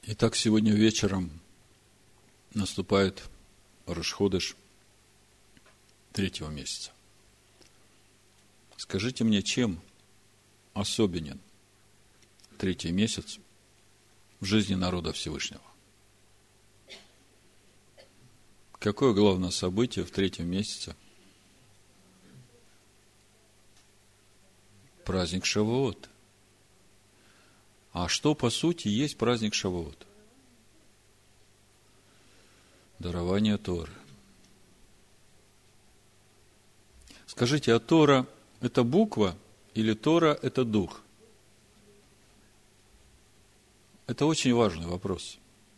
Итак, сегодня вечером наступает Рош ходеш третьего месяца. Скажите мне, чем особенен третий месяц в жизни народа Всевышнего? Какое главное событие в третьем месяце? Праздник Шавуот. А что по сути есть праздник Шавуот? Дарование Торы. Скажите, а Тора – это буква или Тора – это дух? Это очень важный вопрос.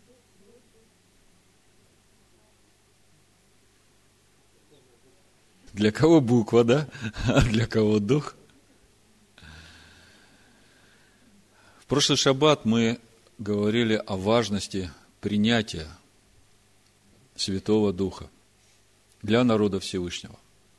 Для кого буква, да? А для кого дух? В прошлый шаббат мы говорили о важности принятия Святого Духа для народа Всевышнего.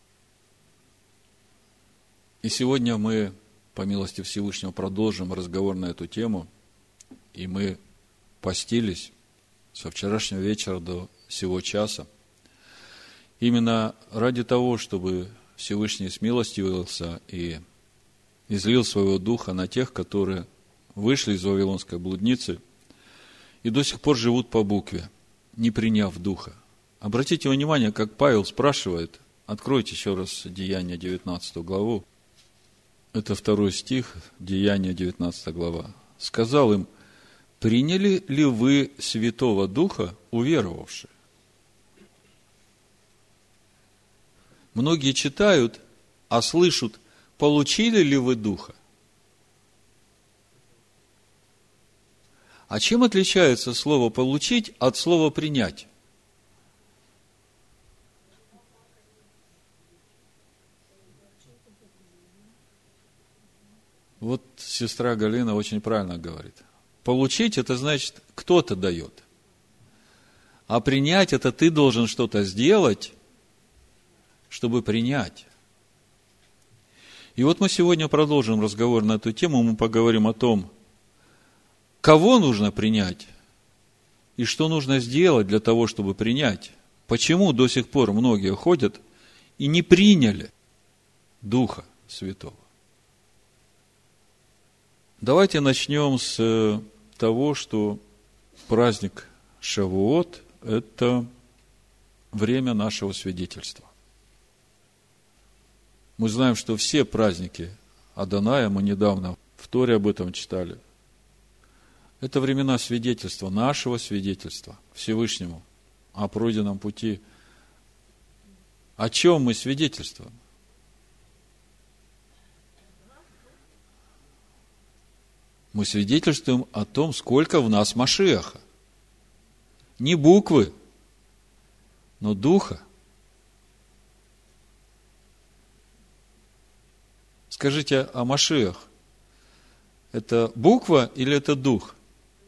И сегодня мы, по милости Всевышнего, продолжим разговор на эту тему. И мы постились со вчерашнего вечера до сего часа. Именно ради того, чтобы Всевышний смилостивился и излил своего Духа на тех, которые вышли из Вавилонской блудницы и до сих пор живут по букве, не приняв Духа. Обратите внимание, как Павел спрашивает, откройте еще раз Деяния 19 главу, это 2 стих, Деяния 19 глава. Сказал им: приняли ли вы Святого Духа, уверовавшие? Многие читают, а слышат: получили ли вы Духа? А чем отличается слово «получить» от слова «принять»? Вот сестра Галина очень правильно говорит. Получить – это значит, кто-то дает. А принять – это ты должен что-то сделать, чтобы принять. И вот мы сегодня продолжим разговор на эту тему. Мы поговорим о том, кого нужно принять и что нужно сделать для того, чтобы принять. Почему до сих пор многие ходят и не приняли Духа Святого? Давайте начнем с того, что праздник Шавуот – это время нашего свидетельства. Мы знаем, что все праздники Адоная, мы недавно в Торе об этом читали, это времена свидетельства, нашего свидетельства Всевышнему о пройденном пути. О чем мы свидетельствуем? Мы свидетельствуем о том, сколько в нас Машиаха. Не буквы, но Духа. Скажите, а Машиах – это буква или это Дух?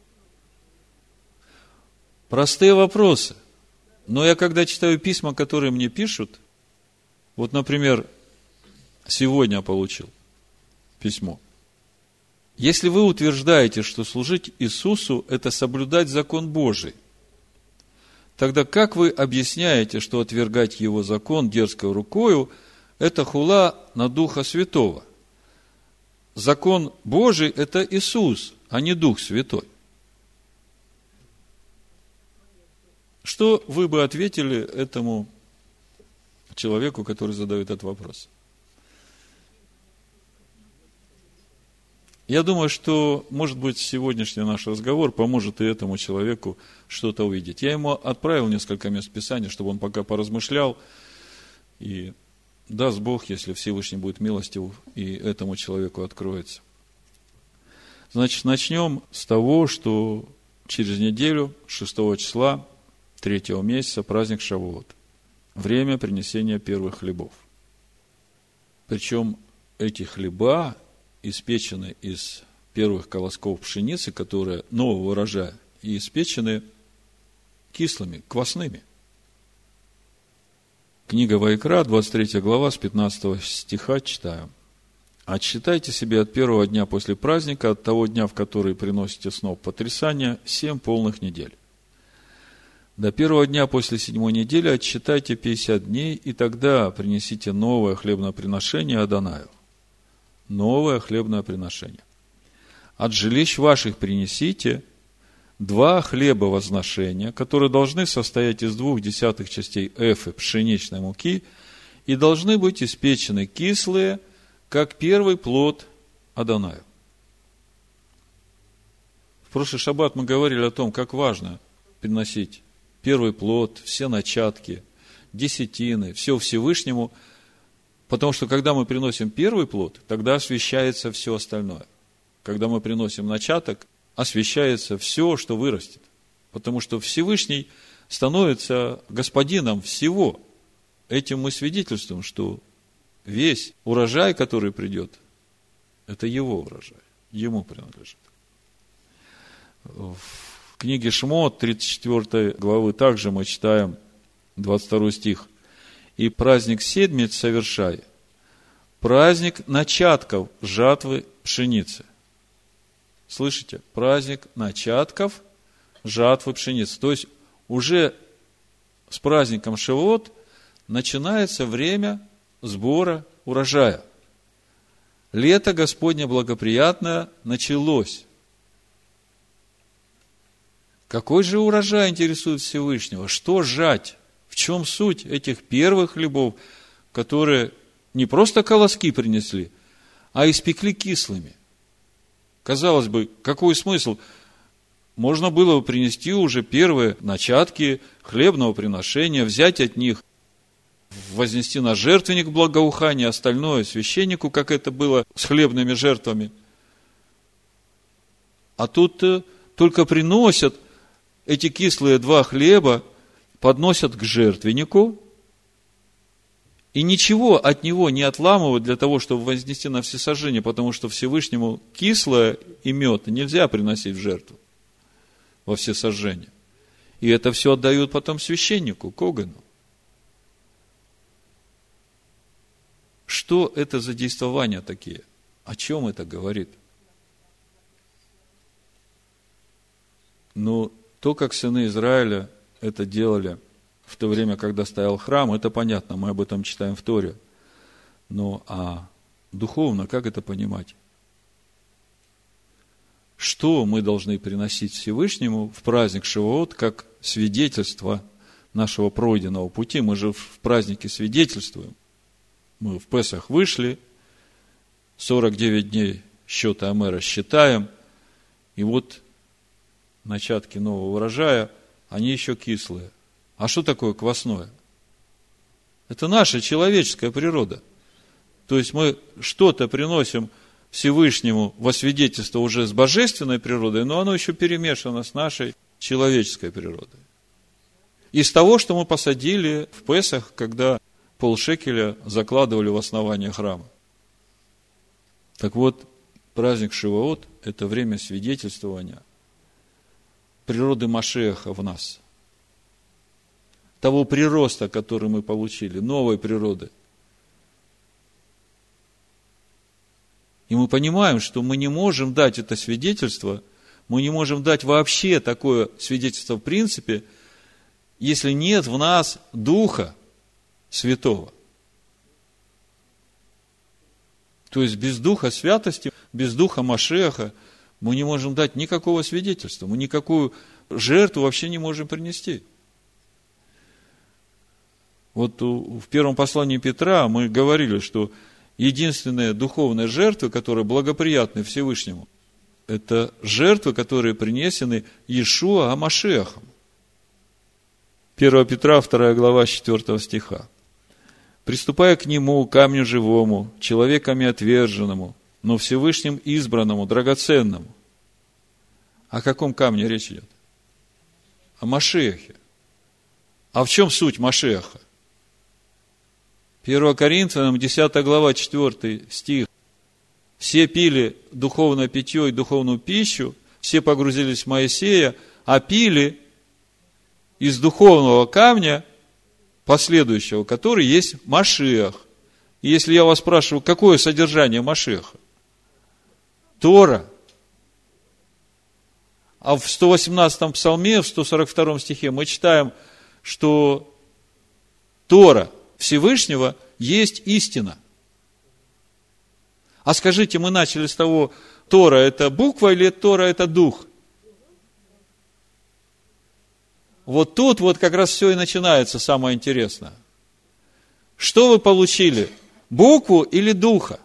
Простые вопросы. Но я когда читаю письма, которые мне пишут, вот, например, сегодня получил письмо. Если вы утверждаете, что служить Иисусу – это соблюдать закон Божий, тогда как вы объясняете, что отвергать Его закон дерзкой рукою – это хула на Духа Святого? Закон Божий – это Иисус, а не Дух Святой. Что вы бы ответили этому человеку, который задает этот вопрос? Я думаю, что, может быть, сегодняшний наш разговор поможет и этому человеку что-то увидеть. Я ему отправил несколько мест Писания, чтобы он пока поразмышлял. И даст Бог, если Всевышний будет милостив, и этому человеку откроется. Значит, начнем с того, что через неделю, 6 числа, 3 месяца, праздник Шавуот. Время принесения первых хлебов. Причем эти хлеба испечены из первых колосков пшеницы, которые нового урожая, и испечены кислыми, квасными. Книга Ваикра, 23 глава, с 15 стиха читаем. Отсчитайте себе от первого дня после праздника, от того дня, в который приносите сноп потрясания, 7 полных недель. До первого дня после 7-й недели отсчитайте 50 дней, и тогда принесите новое хлебное приношение Адонаю. Новое хлебное приношение. От жилищ ваших принесите 2 хлеба возношения, которые должны состоять из 2/10 частей эфы пшеничной муки и должны быть испечены кислые, как первый плод Адонаю. В прошлый шаббат мы говорили о том, как важно приносить первый плод, все начатки, десятины, все Всевышнему, потому что когда мы приносим первый плод, тогда освящается все остальное. Когда мы приносим начаток, освящается все, что вырастет, потому что Всевышний становится господином всего. Этим мы свидетельствуем, что весь урожай, который придет, это его урожай, ему принадлежит. В книге Шмот, 34 главы, также мы читаем 22 стих. «И праздник седмиц совершай, праздник начатков жатвы пшеницы». Слышите? Праздник начатков жатвы пшеницы. То есть, уже с праздником Шавуот начинается время сбора урожая. Лето Господне благоприятное началось. Какой же урожай интересует Всевышнего? Что жать? В чем суть этих первых хлебов, которые не просто колоски принесли, а испекли кислыми? Казалось бы, какой смысл? Можно было бы принести уже первые начатки хлебного приношения, взять от них, вознести на жертвенник благоухание, остальное священнику, как это было с хлебными жертвами. А тут только приносят эти кислые 2 хлеба, подносят к жертвеннику, и ничего от него не отламывают для того, чтобы вознести на всесожжение, потому что Всевышнему кислое и мед нельзя приносить в жертву во всесожжение. И это все отдают потом священнику, когану. Что это за действования такие? О чем это говорит? Ну, то, как сыны Израиля это делали в то время, когда стоял храм, это понятно, мы об этом читаем в Торе. Но духовно, как это понимать? Что мы должны приносить Всевышнему в праздник Шавуот, как свидетельство нашего пройденного пути? Мы же в празднике свидетельствуем. Мы в Песах вышли, 49 дней счета Омера считаем, и вот начатки нового урожая, они еще кислые. А что такое квасное? Это наша человеческая природа. То есть мы что-то приносим Всевышнему во свидетельство уже с божественной природой, но оно еще перемешано с нашей человеческой природой. Из того, что мы посадили в Песах, когда полшекеля закладывали в основание храма. Так вот, праздник Шивоот – это время свидетельствования природы Машеха в нас. Того прироста, который мы получили, новой природы. И мы понимаем, что мы не можем дать это свидетельство, мы не можем дать вообще такое свидетельство в принципе, если нет в нас Духа Святого. То есть без Духа Святости, без Духа Машеха мы не можем дать никакого свидетельства, мы никакую жертву вообще не можем принести. Вот в первом послании Петра мы говорили, что единственные духовные жертвы, которые благоприятны Всевышнему, это жертвы, которые принесены Иешуа Машиахом. 1 Петра, 2 глава, 4 стиха. «Приступая к Нему, камню живому, человеками отверженному, но Всевышним избранному, драгоценному». О каком камне речь идет? О Машиахе. А в чем суть Машиаха? 1 Коринфянам, 10 глава, 4 стих. «Все пили духовное питье и духовную пищу, все погрузились в Моисея, а пили из духовного камня, последующего, который есть Машиах, И если я вас спрашиваю, какое содержание Машеха? Тора. А в 118-м псалме, в 142 стихе мы читаем, что Тора Всевышнего есть истина. А скажите, мы начали с того, Тора это буква или Тора это дух? Вот тут вот как раз все и начинается самое интересное. Что вы получили? Букву или духа?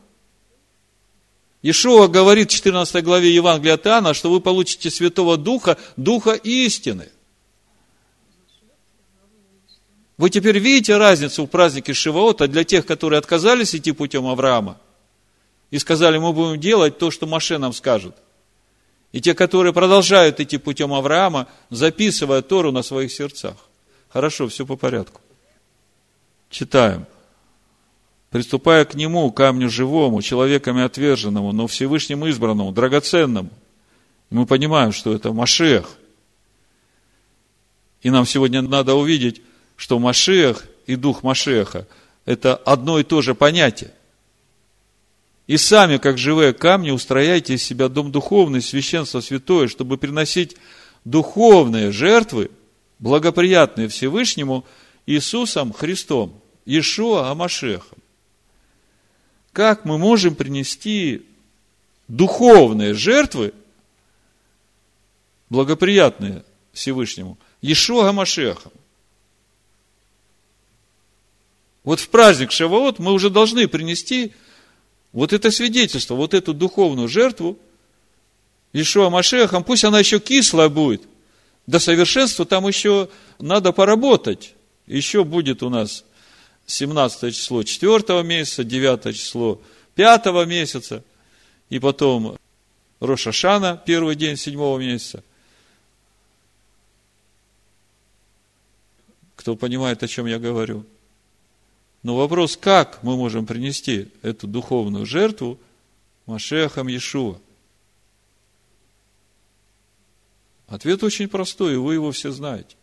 Иешуа говорит в 14 главе Евангелия от Иоанна, что вы получите Святого Духа, Духа истины. Вы теперь видите разницу в празднике Шиваота для тех, которые отказались идти путем Авраама и сказали, мы будем делать то, что Моше нам скажет. И те, которые продолжают идти путем Авраама, записывая Тору на своих сердцах. Хорошо, все по порядку. Читаем. Приступая к нему, камню живому, человеками отверженному, но Всевышним избранному, драгоценному. И мы понимаем, что это Машиах. И нам сегодня надо увидеть, что Машиах и дух Машиаха – это одно и то же понятие. И сами, как живые камни, устрояйте из себя дом духовный, священство святое, чтобы приносить духовные жертвы, благоприятные Всевышнему Иисусом Христом, Иешуа Амашехом. Как мы можем принести духовные жертвы, благоприятные Всевышнему, Иешуа Амашехом? Вот в праздник Шавуот мы уже должны принести вот это свидетельство, вот эту духовную жертву Иешуа Машехом, пусть она еще кислая будет. До совершенства там еще надо поработать. Еще будет у нас 17 число 4 месяца, 9 число 5 месяца, и потом Рош ха-Шана, первый день 7 месяца. Кто понимает, о чем я говорю? Но вопрос, как мы можем принести эту духовную жертву Машиахом Иешуа? Ответ очень простой, и вы его все знаете.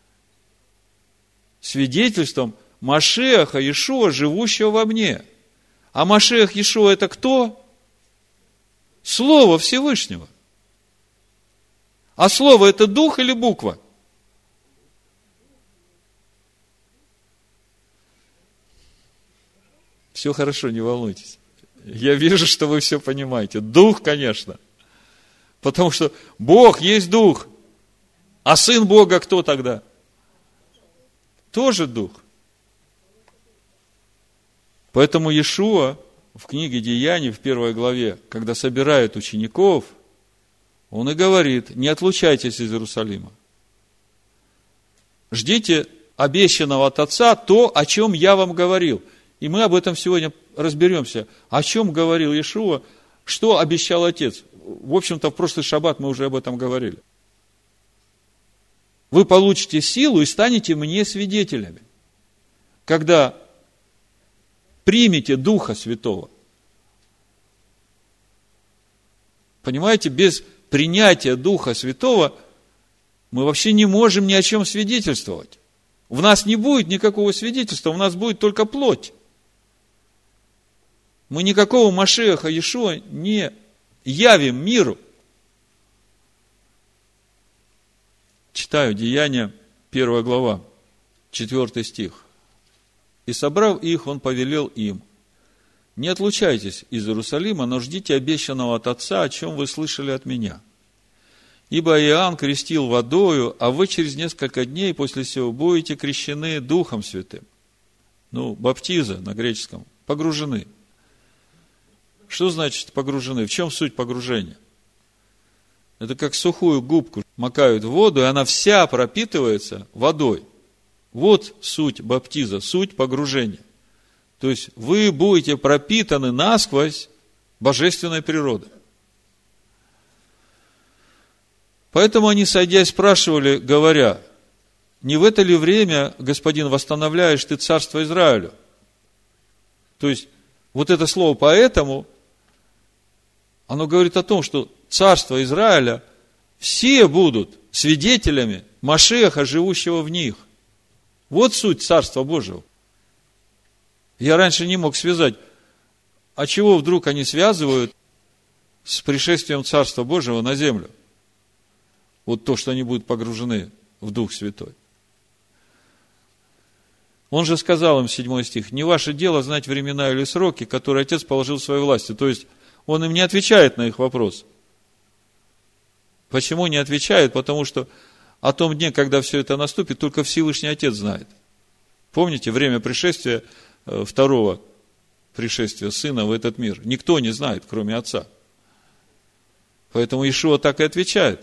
Свидетельством Машиаха Иешуа, живущего во мне. А Машиах Иешуа это кто? Слово Всевышнего. А слово это дух или буква? Все хорошо, не волнуйтесь. Я вижу, что вы все понимаете. Дух, конечно. Потому что Бог есть дух. А Сын Бога кто тогда? Тоже дух. Поэтому Иешуа в книге Деяний, в 1 главе, когда собирает учеников, он и говорит, не отлучайтесь из Иерусалима. Ждите обещанного от Отца то, о чем я вам говорил. И мы об этом сегодня разберемся. О чем говорил Иешуа, что обещал Отец. В общем-то, в прошлый шаббат мы уже об этом говорили. Вы получите силу и станете мне свидетелями, когда примите Духа Святого. Понимаете, без принятия Духа Святого мы вообще не можем ни о чем свидетельствовать. В нас не будет никакого свидетельства, у нас будет только плоть. Мы никакого Машиаха Иешуа не явим миру. Читаю Деяния, 1 глава, 4 стих. «И собрав их, он повелел им, не отлучайтесь из Иерусалима, но ждите обещанного от Отца, о чем вы слышали от меня. Ибо Иоанн крестил водою, а вы через несколько дней после сего будете крещены Духом Святым». Баптиза на греческом, погружены. Что значит погружены? В чем суть погружения? Это как сухую губку макают в воду, и она вся пропитывается водой. Вот суть баптиза, суть погружения. То есть вы будете пропитаны насквозь божественной природой. Поэтому они, сойдясь, спрашивали, говоря, не в это ли время, Господин, восстановляешь ты царство Израилю? То есть, вот это слово «поэтому», оно говорит о том, что царство Израиля все будут свидетелями Машиаха, живущего в них. Вот суть Царства Божьего. Я раньше не мог связать. А чего вдруг они связывают с пришествием Царства Божьего на землю? Вот то, что они будут погружены в Дух Святой. Он же сказал им, 7 стих, не ваше дело знать времена или сроки, которые Отец положил в своей власти. То есть, он им не отвечает на их вопрос. Почему не отвечает? Потому что о том дне, когда все это наступит, только Всевышний Отец знает. Помните, время пришествия, второго пришествия Сына в этот мир? Никто не знает, кроме Отца. Поэтому Иешуа так и отвечает.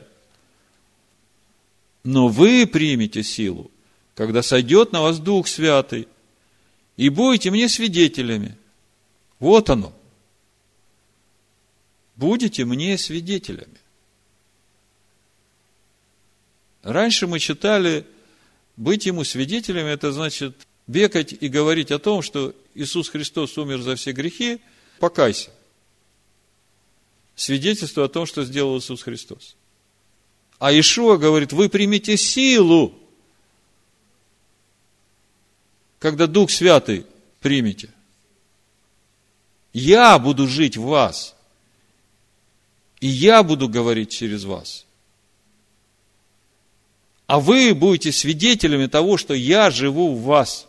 Но вы примете силу, когда сойдет на вас Дух Святый, и будете мне свидетелями. Вот оно. Будете мне свидетелями. Раньше мы читали, быть ему свидетелями, это значит бегать и говорить о том, что Иисус Христос умер за все грехи, покайся. Свидетельство о том, что сделал Иисус Христос. А Иешуа говорит, вы примите силу, когда Дух Святый примете. Я буду жить в вас, и я буду говорить через вас. А вы будете свидетелями того, что я живу в вас.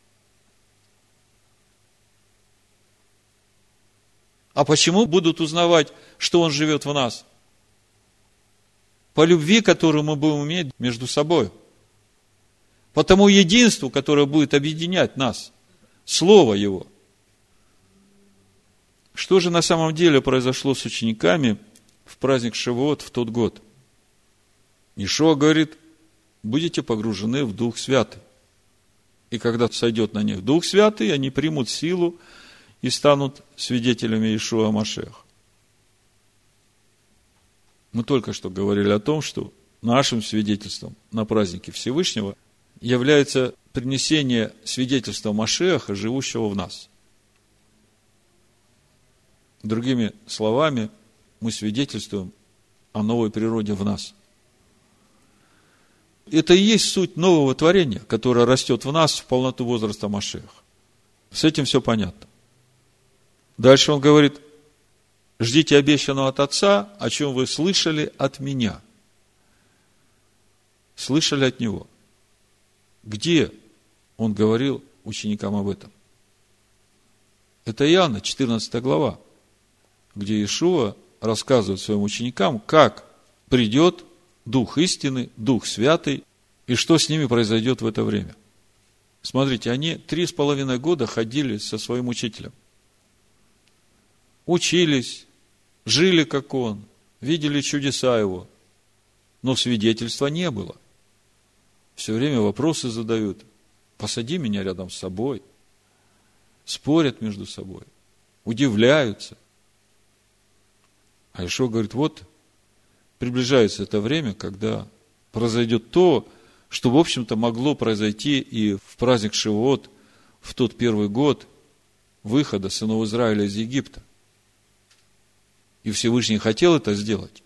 А почему будут узнавать, что Он живет в нас? По любви, которую мы будем иметь между собой. По тому единству, которое будет объединять нас. Слово Его. Что же на самом деле произошло с учениками в праздник Шавуот в тот год? Иешуа говорит, будете погружены в Дух Святый. И когда сойдет на них Дух Святый, они примут силу и станут свидетелями Иешуа Машиаха. Мы только что говорили о том, что нашим свидетельством на празднике Всевышнего является принесение свидетельства Машиаха, живущего в нас. Другими словами, мы свидетельствуем о новой природе в нас. Это и есть суть нового творения, которое растет в нас в полноту возраста Машиаха. С этим все понятно. Дальше он говорит, ждите обещанного от Отца, о чем вы слышали от меня. Слышали от Него. Где он говорил ученикам об этом? Это Иоанна, 14 глава, где Иешуа рассказывает своим ученикам, как придет Дух истины, Дух Святый, и что с ними произойдет в это время. Смотрите, они 3,5 года ходили со своим учителем. Учились, жили как он, видели чудеса его, но свидетельства не было. Все время вопросы задают. Посади меня рядом с собой. Спорят между собой. Удивляются. А Иешуа говорит, вот приближается это время, когда произойдет то, что, в общем-то, могло произойти и в праздник Шавуот, в тот первый год выхода сынов Израиля из Египта. И Всевышний хотел это сделать.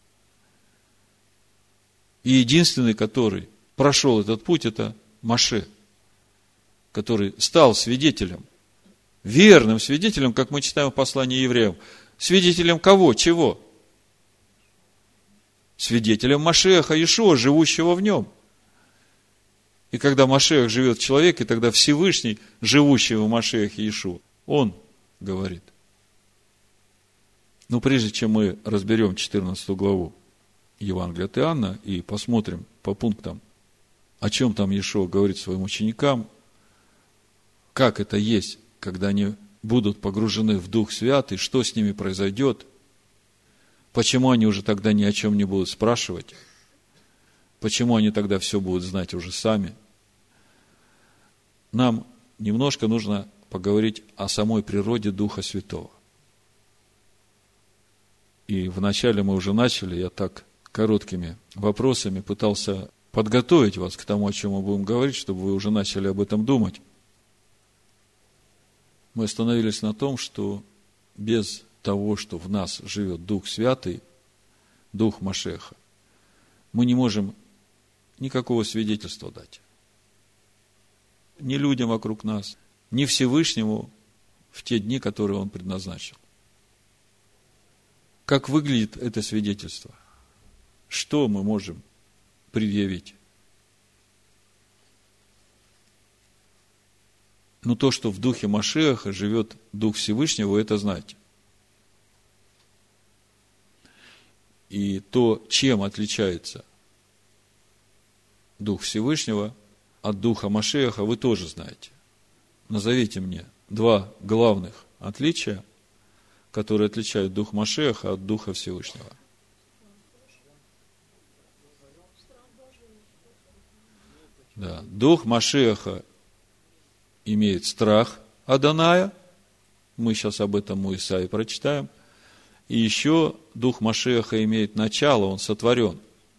И единственный, который прошел этот путь, это Моше, который стал свидетелем, верным свидетелем, как мы читаем в послании евреям. Свидетелем кого? Чего? Свидетелем Машиаха Иешуа, живущего в нем. И когда Машиах живет в человеке, тогда Всевышний, живущий в Машиахе Иешуа, Он говорит. Но прежде чем мы разберем 14 главу Евангелия от Иоанна и посмотрим по пунктам, о чем там Иешуа говорит своим ученикам, как это есть, когда они будут погружены в Дух Святый, что с ними произойдет, почему они уже тогда ни о чем не будут спрашивать, почему они тогда все будут знать уже сами. Нам немножко нужно поговорить о самой природе Духа Святого. И вначале мы уже начали, я так короткими вопросами пытался подготовить вас к тому, о чем мы будем говорить, чтобы вы уже начали об этом думать. Мы остановились на том, что без того, что в нас живет Дух Святый, Дух Машеха, мы не можем никакого свидетельства дать. Ни людям вокруг нас, не Всевышнему в те дни, которые Он предназначил. Как выглядит это свидетельство? Что мы можем предъявить? Ну, то, что в духе Машиаха живет Дух Всевышнего, вы это знаете. И то, чем отличается Дух Всевышнего от Духа Машиаха, вы тоже знаете. Назовите мне два главных отличия, которые отличают Дух Машиаха от Духа Всевышнего. Да. Дух Машиаха имеет страх Адоная. Мы сейчас об этом у Исаии прочитаем. И еще Дух Машиаха имеет начало, он сотворен.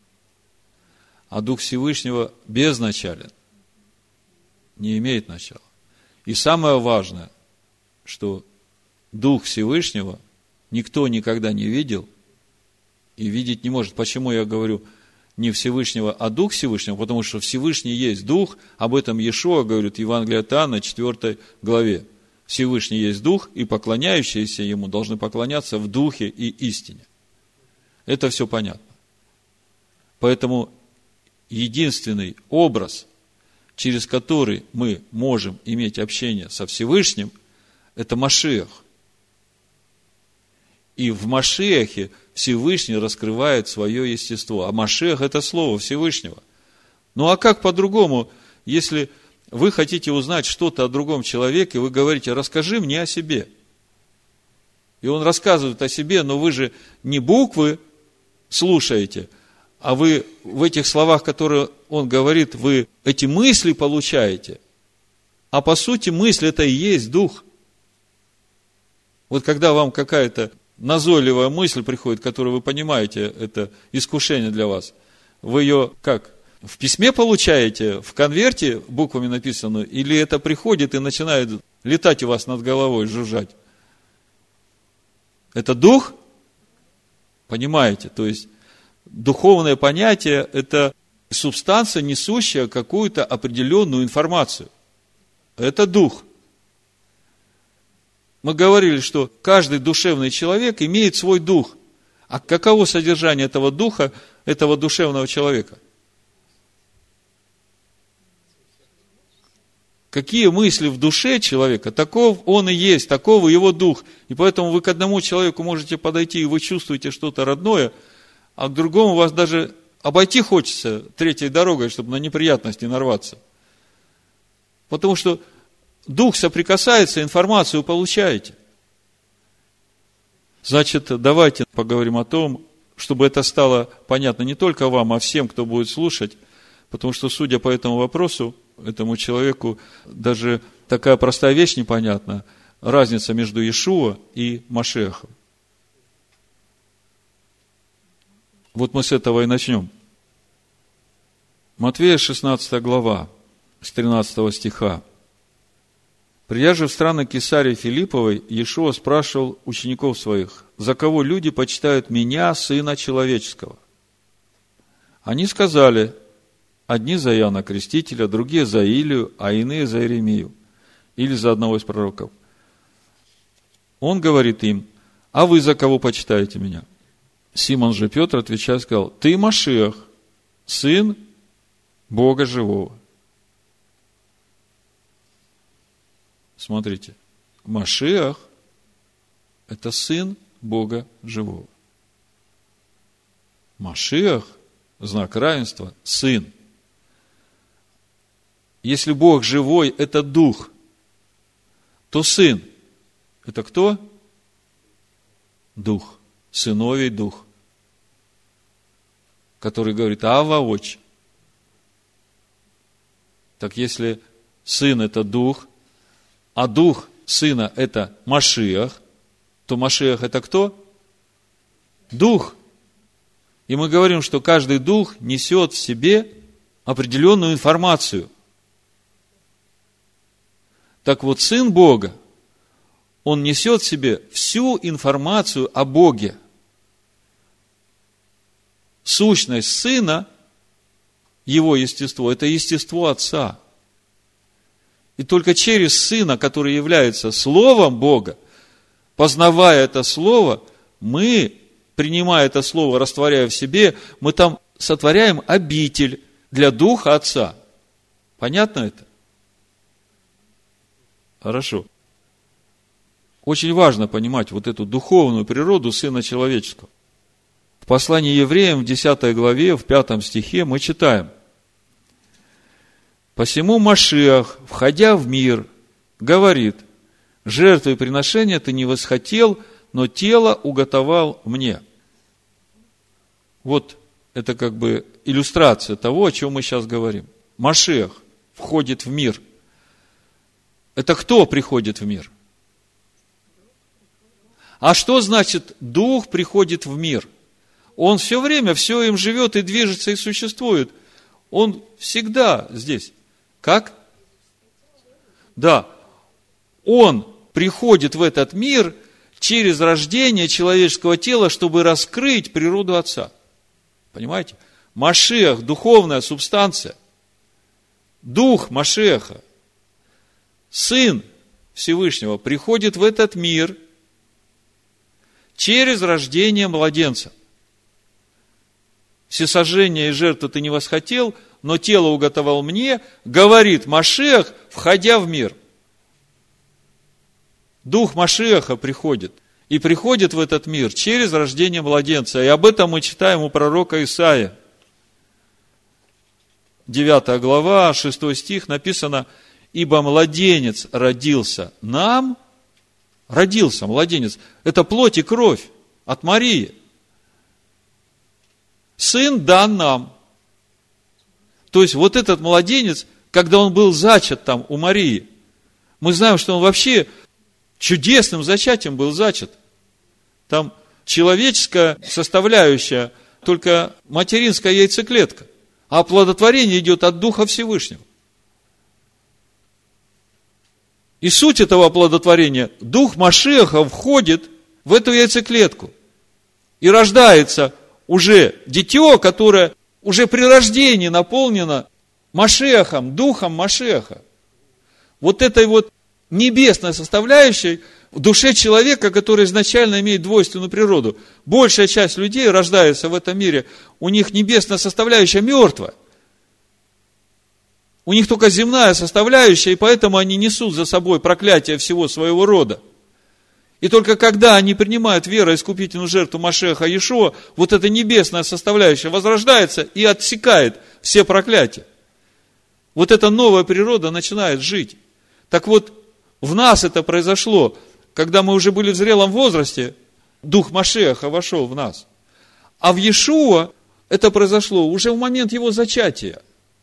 А Дух Всевышнего безначален, не имеет начала. И самое важное, что Дух Всевышнего никто никогда не видел и видеть не может. Почему я говорю не Всевышнего, а Дух Всевышнего? Потому что Всевышний есть Дух, об этом Иешуа говорит в Евангелии от Иоанна, 4 главе. Всевышний есть Дух, и поклоняющиеся Ему должны поклоняться в Духе и истине. Это все понятно. Поэтому единственный образ, через который мы можем иметь общение со Всевышним, это Машиах. И в Машиахе Всевышний раскрывает свое естество. А Машиах – это слово Всевышнего. Ну а как по-другому, если вы хотите узнать что-то о другом человеке, вы говорите: расскажи мне о себе. И он рассказывает о себе, но вы же не буквы слушаете, а вы в этих словах, которые он говорит, вы эти мысли получаете. А по сути мысль – это и есть Дух. Вот когда вам какая-то назойливая мысль приходит, которую вы понимаете, это искушение для вас, вы ее как? В письме получаете, в конверте буквами написано, или это приходит и начинает летать у вас над головой, жужжать? Это Дух? Понимаете? То есть, духовное понятие – это субстанция, несущая какую-то определенную информацию. Это Дух. Мы говорили, что каждый душевный человек имеет свой дух. А каково содержание этого духа, этого душевного человека? Какие мысли в душе человека, таков он и есть, таков его дух. И поэтому вы к одному человеку можете подойти, и вы чувствуете что-то родное, а к другому вас даже обойти хочется третьей дорогой, чтобы на неприятности нарваться. Потому что дух соприкасается, информацию получаете. Значит, давайте поговорим о том, чтобы это стало понятно не только вам, а всем, кто будет слушать, потому что, судя по этому вопросу, этому человеку даже такая простая вещь непонятна, разница между Иешуа и Машиахом. Вот мы с этого и начнем. Матфея 16 глава, с 13 стиха. Придя же в страны Кесарии Филипповой, Иешуа спрашивал учеников своих: за кого люди почитают меня, Сына Человеческого? Они сказали: одни за Иоанна Крестителя, другие за Илию, а иные за Иеремию, или за одного из пророков. Он говорит им: а вы за кого почитаете меня? Симон же Петр, отвечая, сказал: ты Машиах, Сын Бога Живого. Смотрите, Машиах – это Сын Бога Живого. Машиах, знак равенства, Сын. Если Бог живой – это Дух, то Сын – это кто? Дух, Сыновий Дух, который говорит: Авва, Отче. Так если Сын – это Дух, а Дух Сына – это Машиах, то Машиах – это кто? Дух. И мы говорим, что каждый дух несет в себе определенную информацию. Так вот, Сын Бога, Он несет в себе всю информацию о Боге. Сущность Сына, Его естество, это естество Отца. И только через Сына, который является Словом Бога, познавая это Слово, мы, принимая это Слово, растворяя в себе, мы там сотворяем обитель для Духа Отца. Понятно это? Хорошо. Очень важно понимать вот эту духовную природу Сына Человеческого. В послании Евреям в 10 главе, в 5 стихе мы читаем: «Посему Машиах, входя в мир, говорит: жертвы и приношения ты не восхотел, но тело уготовал мне». Вот это как бы иллюстрация того, о чем мы сейчас говорим. Машиах входит в мир. Это кто приходит в мир? А что значит Дух приходит в мир? Он все время, все им живет и движется и существует. Он всегда здесь. Как? Да. Он приходит в этот мир через рождение человеческого тела, чтобы раскрыть природу Отца. Понимаете? Машиах, духовная субстанция. Дух Машиаха, Сын Всевышнего, приходит в этот мир через рождение младенца. Всесожжение и жертвы ты не восхотел, но тело уготовал мне, говорит Машиах, входя в мир. Дух Машиаха приходит. И приходит в этот мир через рождение младенца. И об этом мы читаем у пророка Исаия. 9 глава, 6 стих написано: «Ибо младенец родился нам». Родился младенец. Это плоть и кровь от Марии. Сын дан нам. То есть, вот этот младенец, когда он был зачат там у Марии, мы знаем, что он вообще чудесным зачатием был зачат. Там человеческая составляющая, только материнская яйцеклетка. А оплодотворение идет от Духа Всевышнего. И суть этого оплодотворения: Дух Машиаха входит в эту яйцеклетку. И рождается уже дитё, которое уже при рождении наполнено Машиахом, Духом Машиаха. Вот этой вот небесной составляющей в душе человека, который изначально имеет двойственную природу. Большая часть людей рождается в этом мире, у них небесная составляющая мертва. У них только земная составляющая, и поэтому они несут за собой проклятие всего своего рода. И только когда они принимают вероискупительную жертву Машиаха Иешуа, вот эта небесная составляющая возрождается и отсекает все проклятия. Вот эта новая природа начинает жить. Так вот, в нас это произошло, когда мы уже были в зрелом возрасте, Дух Машиаха вошел в нас. А в Иешуа это произошло уже в момент его зачатия.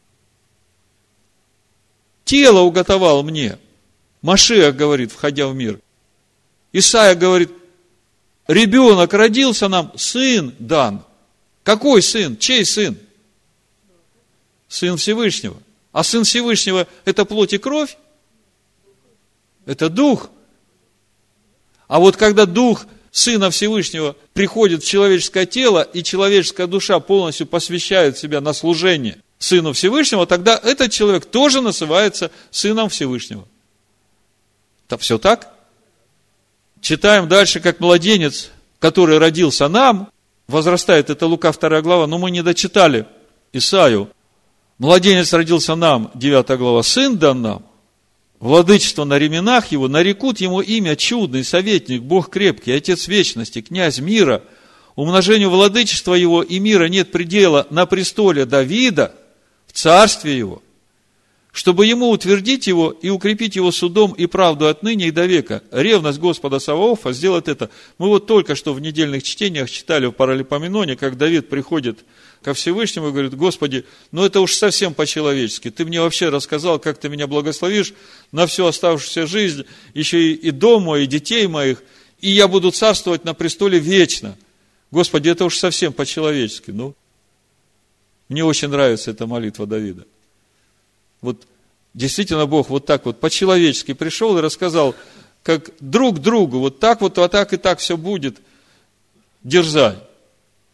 Тело уготовал мне. Машиах говорит, входя в мир. Исайя говорит: ребенок родился нам, сын дан. Какой сын? Чей сын? Сын Всевышнего. А Сын Всевышнего – это плоть и кровь? Это Дух. А вот когда Дух Сына Всевышнего приходит в человеческое тело, и человеческая душа полностью посвящает себя на служение Сыну Всевышнего, тогда этот человек тоже называется Сыном Всевышнего. Это все так? Читаем дальше, как младенец, который родился нам, возрастает, это Лука 2 глава, но мы не дочитали Исаию. Младенец родился нам, 9 глава, сын дан нам, владычество на ременах его, нарекут ему имя чудный, советник, Бог крепкий, Отец вечности, князь мира. Умножению владычества его и мира нет предела на престоле Давида, в царстве его, чтобы ему утвердить его и укрепить его судом и правду отныне и до века. Ревность Господа Саваофа сделает это. Мы вот только что в недельных чтениях читали в Паралипоменоне, как Давид приходит ко Всевышнему и говорит: Господи, ну это уж совсем по-человечески. Ты мне вообще рассказал, как ты меня благословишь на всю оставшуюся жизнь, еще и дом мой, и детей моих, и я буду царствовать на престоле вечно. Господи, это уж совсем по-человечески. Ну, мне очень нравится эта молитва Давида. Вот действительно Бог вот так вот по-человечески пришел и рассказал, как друг другу, вот так и так все будет, дерзай.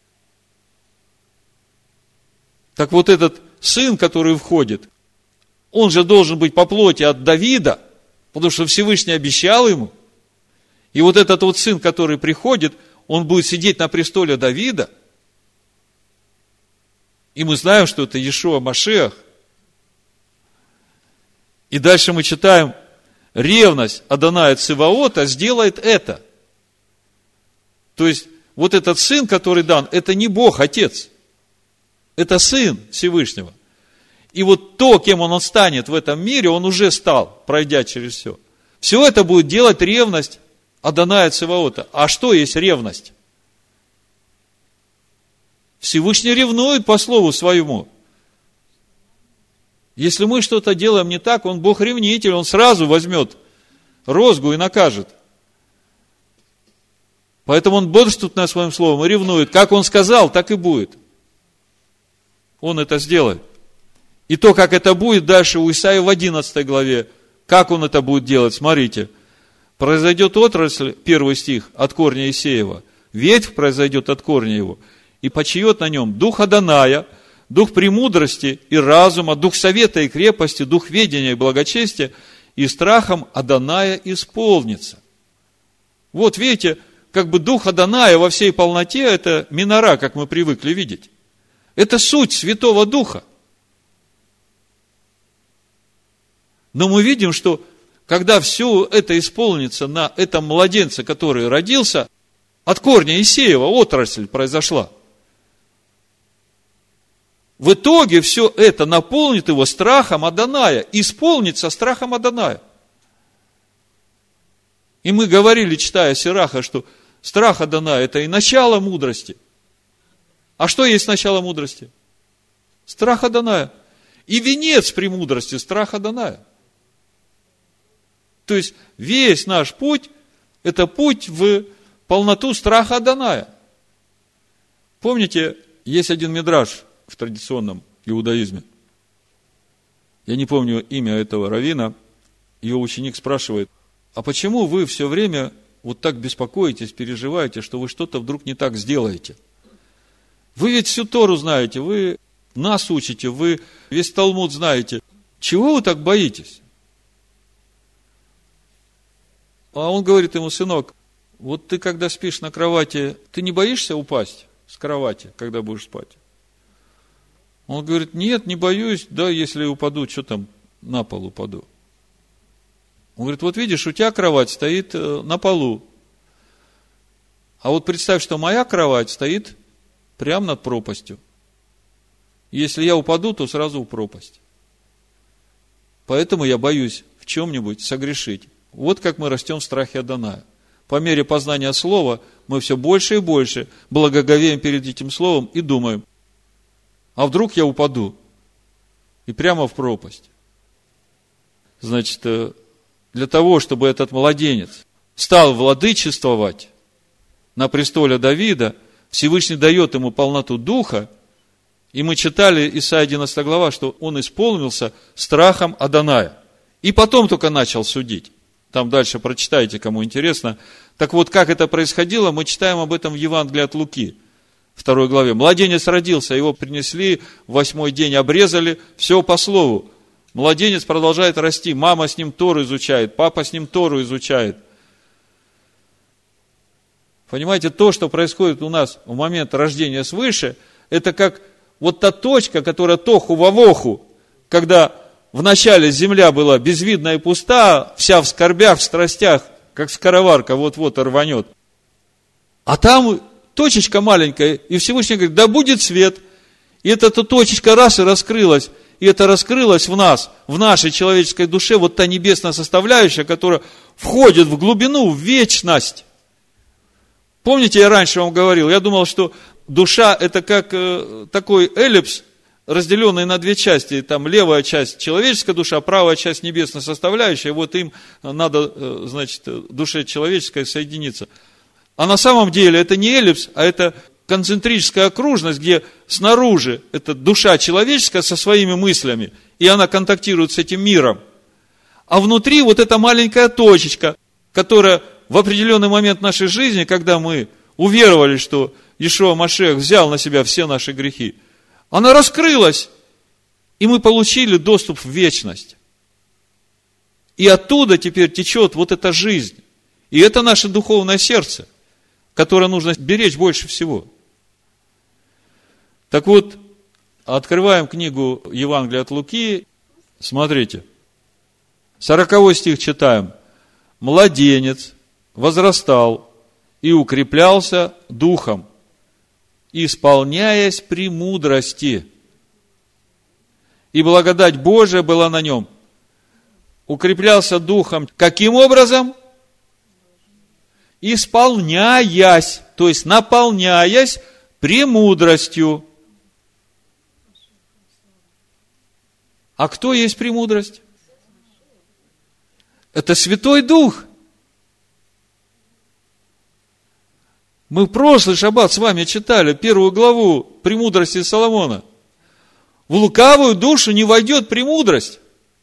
Так вот этот сын, который входит, Он же должен быть по плоти от Давида, потому что Всевышний обещал ему. И вот этот вот сын, который приходит, он будет сидеть на престоле Давида. И мы знаем, что это Иешуа Машиах. И дальше мы читаем, ревность Адоная Циваота сделает это. То есть, вот этот сын, который дан, это не Бог, Отец. Это сын Всевышнего. И вот то, кем он станет в этом мире, он уже стал, пройдя через все. Все это будет делать ревность Адоная Циваота. А что есть ревность? Всевышний ревнует по слову своему. Если мы что-то делаем не так, он Бог-ревнитель, он сразу возьмет розгу и накажет. Поэтому он бодрствует над своим словом и ревнует. Как он сказал, так и будет. Он это сделает. И то, как это будет дальше у Исаии в 11 главе, как он это будет делать, смотрите. Произойдет отрасль, 1 стих, от корня Исеева. Ветвь произойдет от корня его. И почиет на нем дух Адоная, дух премудрости и разума, дух совета и крепости, дух ведения и благочестия, и страхом Адоная исполнится. Вот видите, как бы дух Адоная во всей полноте, это минора, как мы привыкли видеть. Это суть Святого Духа. Но мы видим, что когда все это исполнится на этом младенце, который родился, от корня Исеева отрасль произошла. В итоге все это наполнит его страхом Адоная, исполнится страхом Адоная. И мы говорили, читая Сираха, что страх Адоная – это и начало мудрости. А что есть начало мудрости? Страх Адоная. И венец премудрости – страх Адоная. То есть, весь наш путь – это путь в полноту страха Адоная. Помните, есть один мидраш в традиционном иудаизме. Я не помню имя этого раввина. Его ученик спрашивает, а почему вы все время вот так беспокоитесь, переживаете, что вы что-то вдруг не так сделаете? Вы ведь всю Тору знаете, вы нас учите, вы весь Талмуд знаете. Чего вы так боитесь? А он говорит ему, сынок, вот ты когда спишь на кровати, ты не боишься упасть с кровати, когда будешь спать? Он говорит, нет, не боюсь, да, если упаду, что там, на пол упаду. Он говорит, вот видишь, у тебя кровать стоит на полу. А вот представь, что моя кровать стоит прямо над пропастью. Если я упаду, то сразу в пропасть. Поэтому я боюсь в чем-нибудь согрешить. Вот как мы растем в страхе Адоная. По мере познания слова мы все больше и больше благоговеем перед этим словом и думаем, а вдруг я упаду и прямо в пропасть. Значит, для того, чтобы этот младенец стал владычествовать на престоле Давида, Всевышний дает ему полноту духа, и мы читали Исайя 11 глава, что он исполнился страхом Адоная. И потом только начал судить. Там дальше прочитайте, кому интересно. Так вот, как это происходило, мы читаем об этом в Евангелии от Луки, 2 главе. Младенец родился, его принесли, в 8-й день обрезали, все по слову. Младенец продолжает расти, мама с ним Тору изучает, папа с ним Тору изучает. Понимаете, то, что происходит у нас в момент рождения свыше, это как вот та точка, которая тоху-вавоху, когда вначале земля была безвидна и пуста, вся в скорбях, в страстях, как скороварка вот-вот рванет. А там точечка маленькая, и Всевышний говорит, да будет свет. И эта точечка раз и раскрылась. И это раскрылось в нас, в нашей человеческой душе, вот та небесная составляющая, которая входит в глубину, в вечность. Помните, я раньше вам говорил, я думал, что душа это как такой эллипс, разделенный на две части. Там левая часть человеческая душа, правая часть небесная составляющая. Вот им надо, значит, душе человеческой соединиться. А на самом деле это не эллипс, а это концентрическая окружность, где снаружи это душа человеческая со своими мыслями, и она контактирует с этим миром. А внутри вот эта маленькая точечка, которая в определенный момент нашей жизни, когда мы уверовали, что Иешуа Машиах взял на себя все наши грехи, она раскрылась, И мы получили доступ в вечность. И оттуда теперь течет вот эта жизнь. И это наше духовное сердце, которое нужно беречь больше всего. Так вот, открываем книгу Евангелия от Луки. Смотрите. 40 стих читаем. «Младенец возрастал и укреплялся духом, исполняясь премудрости. И благодать Божия была на нем». Укреплялся духом. Каким образом? Исполняясь, то есть наполняясь премудростью. А кто есть премудрость? Это Святой Дух. Мы в прошлый шаббат с вами читали 1 главу «Премудрости Соломона». В лукавую душу не войдет премудрость.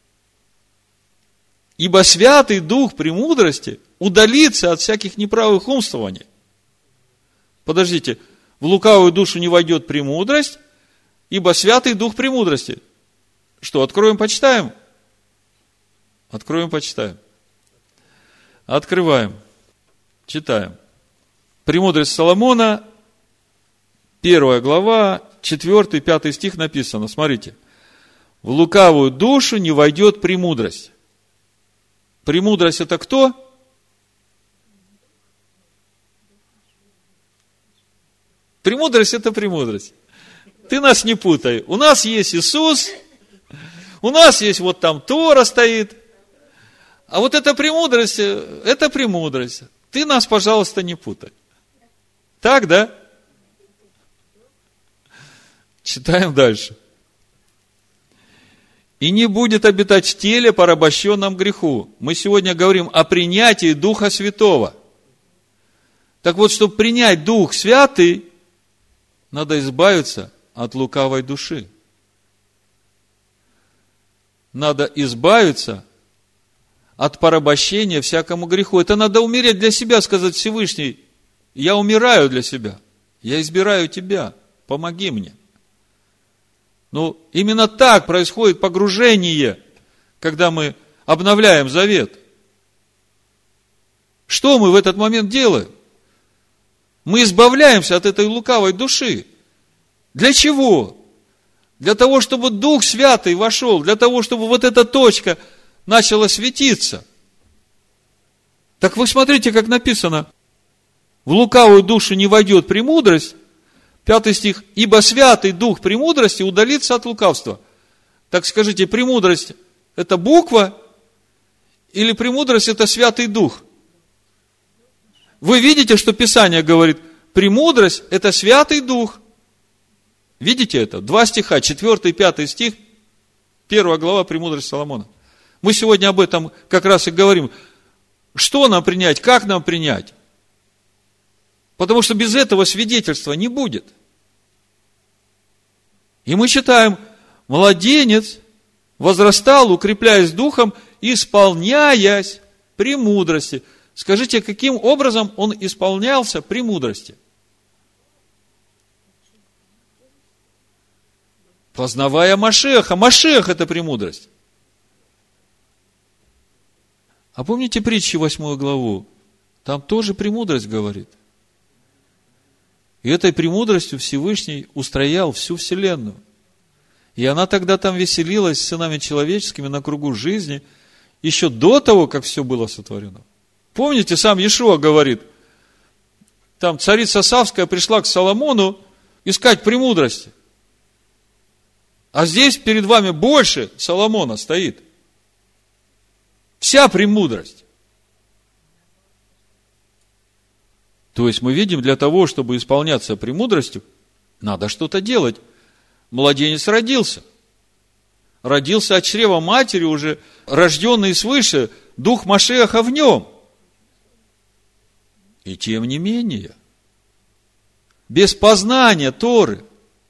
Ибо Святый Дух премудрости удалится от всяких неправых умствований. Подождите, в лукавую душу не войдет премудрость, ибо Святый Дух премудрости. Что, откроем, почитаем? Откроем, почитаем. Открываем. Читаем. Премудрость Соломона, 1 глава, 4-5 стих написано. Смотрите. В лукавую душу не войдет премудрость. Премудрость это кто? Премудрость это премудрость. Ты нас не путай. У нас есть Иисус, у нас есть вот там Тора стоит. А вот эта премудрость, это премудрость. Ты нас, пожалуйста, не путай. Так, да? Читаем дальше. И не будет обитать в теле, порабощенном греху. Мы сегодня говорим о принятии Духа Святого. Так вот, чтобы принять Дух Святый, надо избавиться от лукавой души. Надо избавиться от порабощения всякому греху. Это надо умереть для себя, сказать: Всевышний, я умираю для себя. Я избираю тебя. Помоги мне. Ну, именно так происходит погружение, когда мы обновляем завет. Что мы в этот момент делаем? Мы избавляемся от этой лукавой души. Для чего? Для того, чтобы Дух Святый вошел, для того, чтобы вот эта точка начала светиться. Так вы смотрите, как написано: в лукавую душу не войдет премудрость. 5 стих. Ибо Святый Дух премудрости удалится от лукавства. Так скажите, премудрость это буква или премудрость это Святый Дух? Вы видите, что Писание говорит: премудрость это Святый Дух. Видите это? 2 стиха, 4 и 5 стих, 1 глава «Премудрость Соломона». Мы сегодня об этом как раз и говорим. Что нам принять, как нам принять? Потому что без этого свидетельства не будет. И мы читаем: младенец возрастал, укрепляясь духом, исполняясь премудрости. Скажите, каким образом он исполнялся премудрости? Познавая Машеха. Машех это премудрость. А помните притчи 8 главу? Там тоже премудрость говорит. И этой премудростью Всевышний устроял всю вселенную. И она тогда там веселилась с сынами человеческими на кругу жизни, еще до того, как все было сотворено. Помните, сам Иешуа говорит, там царица Савская пришла к Соломону искать премудрости. А здесь перед вами больше Соломона стоит. Вся премудрость. То есть мы видим, для того, чтобы исполняться премудростью, надо что-то делать. Младенец родился. Родился от чрева матери уже, рожденный свыше, Дух Машеха в нем. И тем не менее, без познания Торы,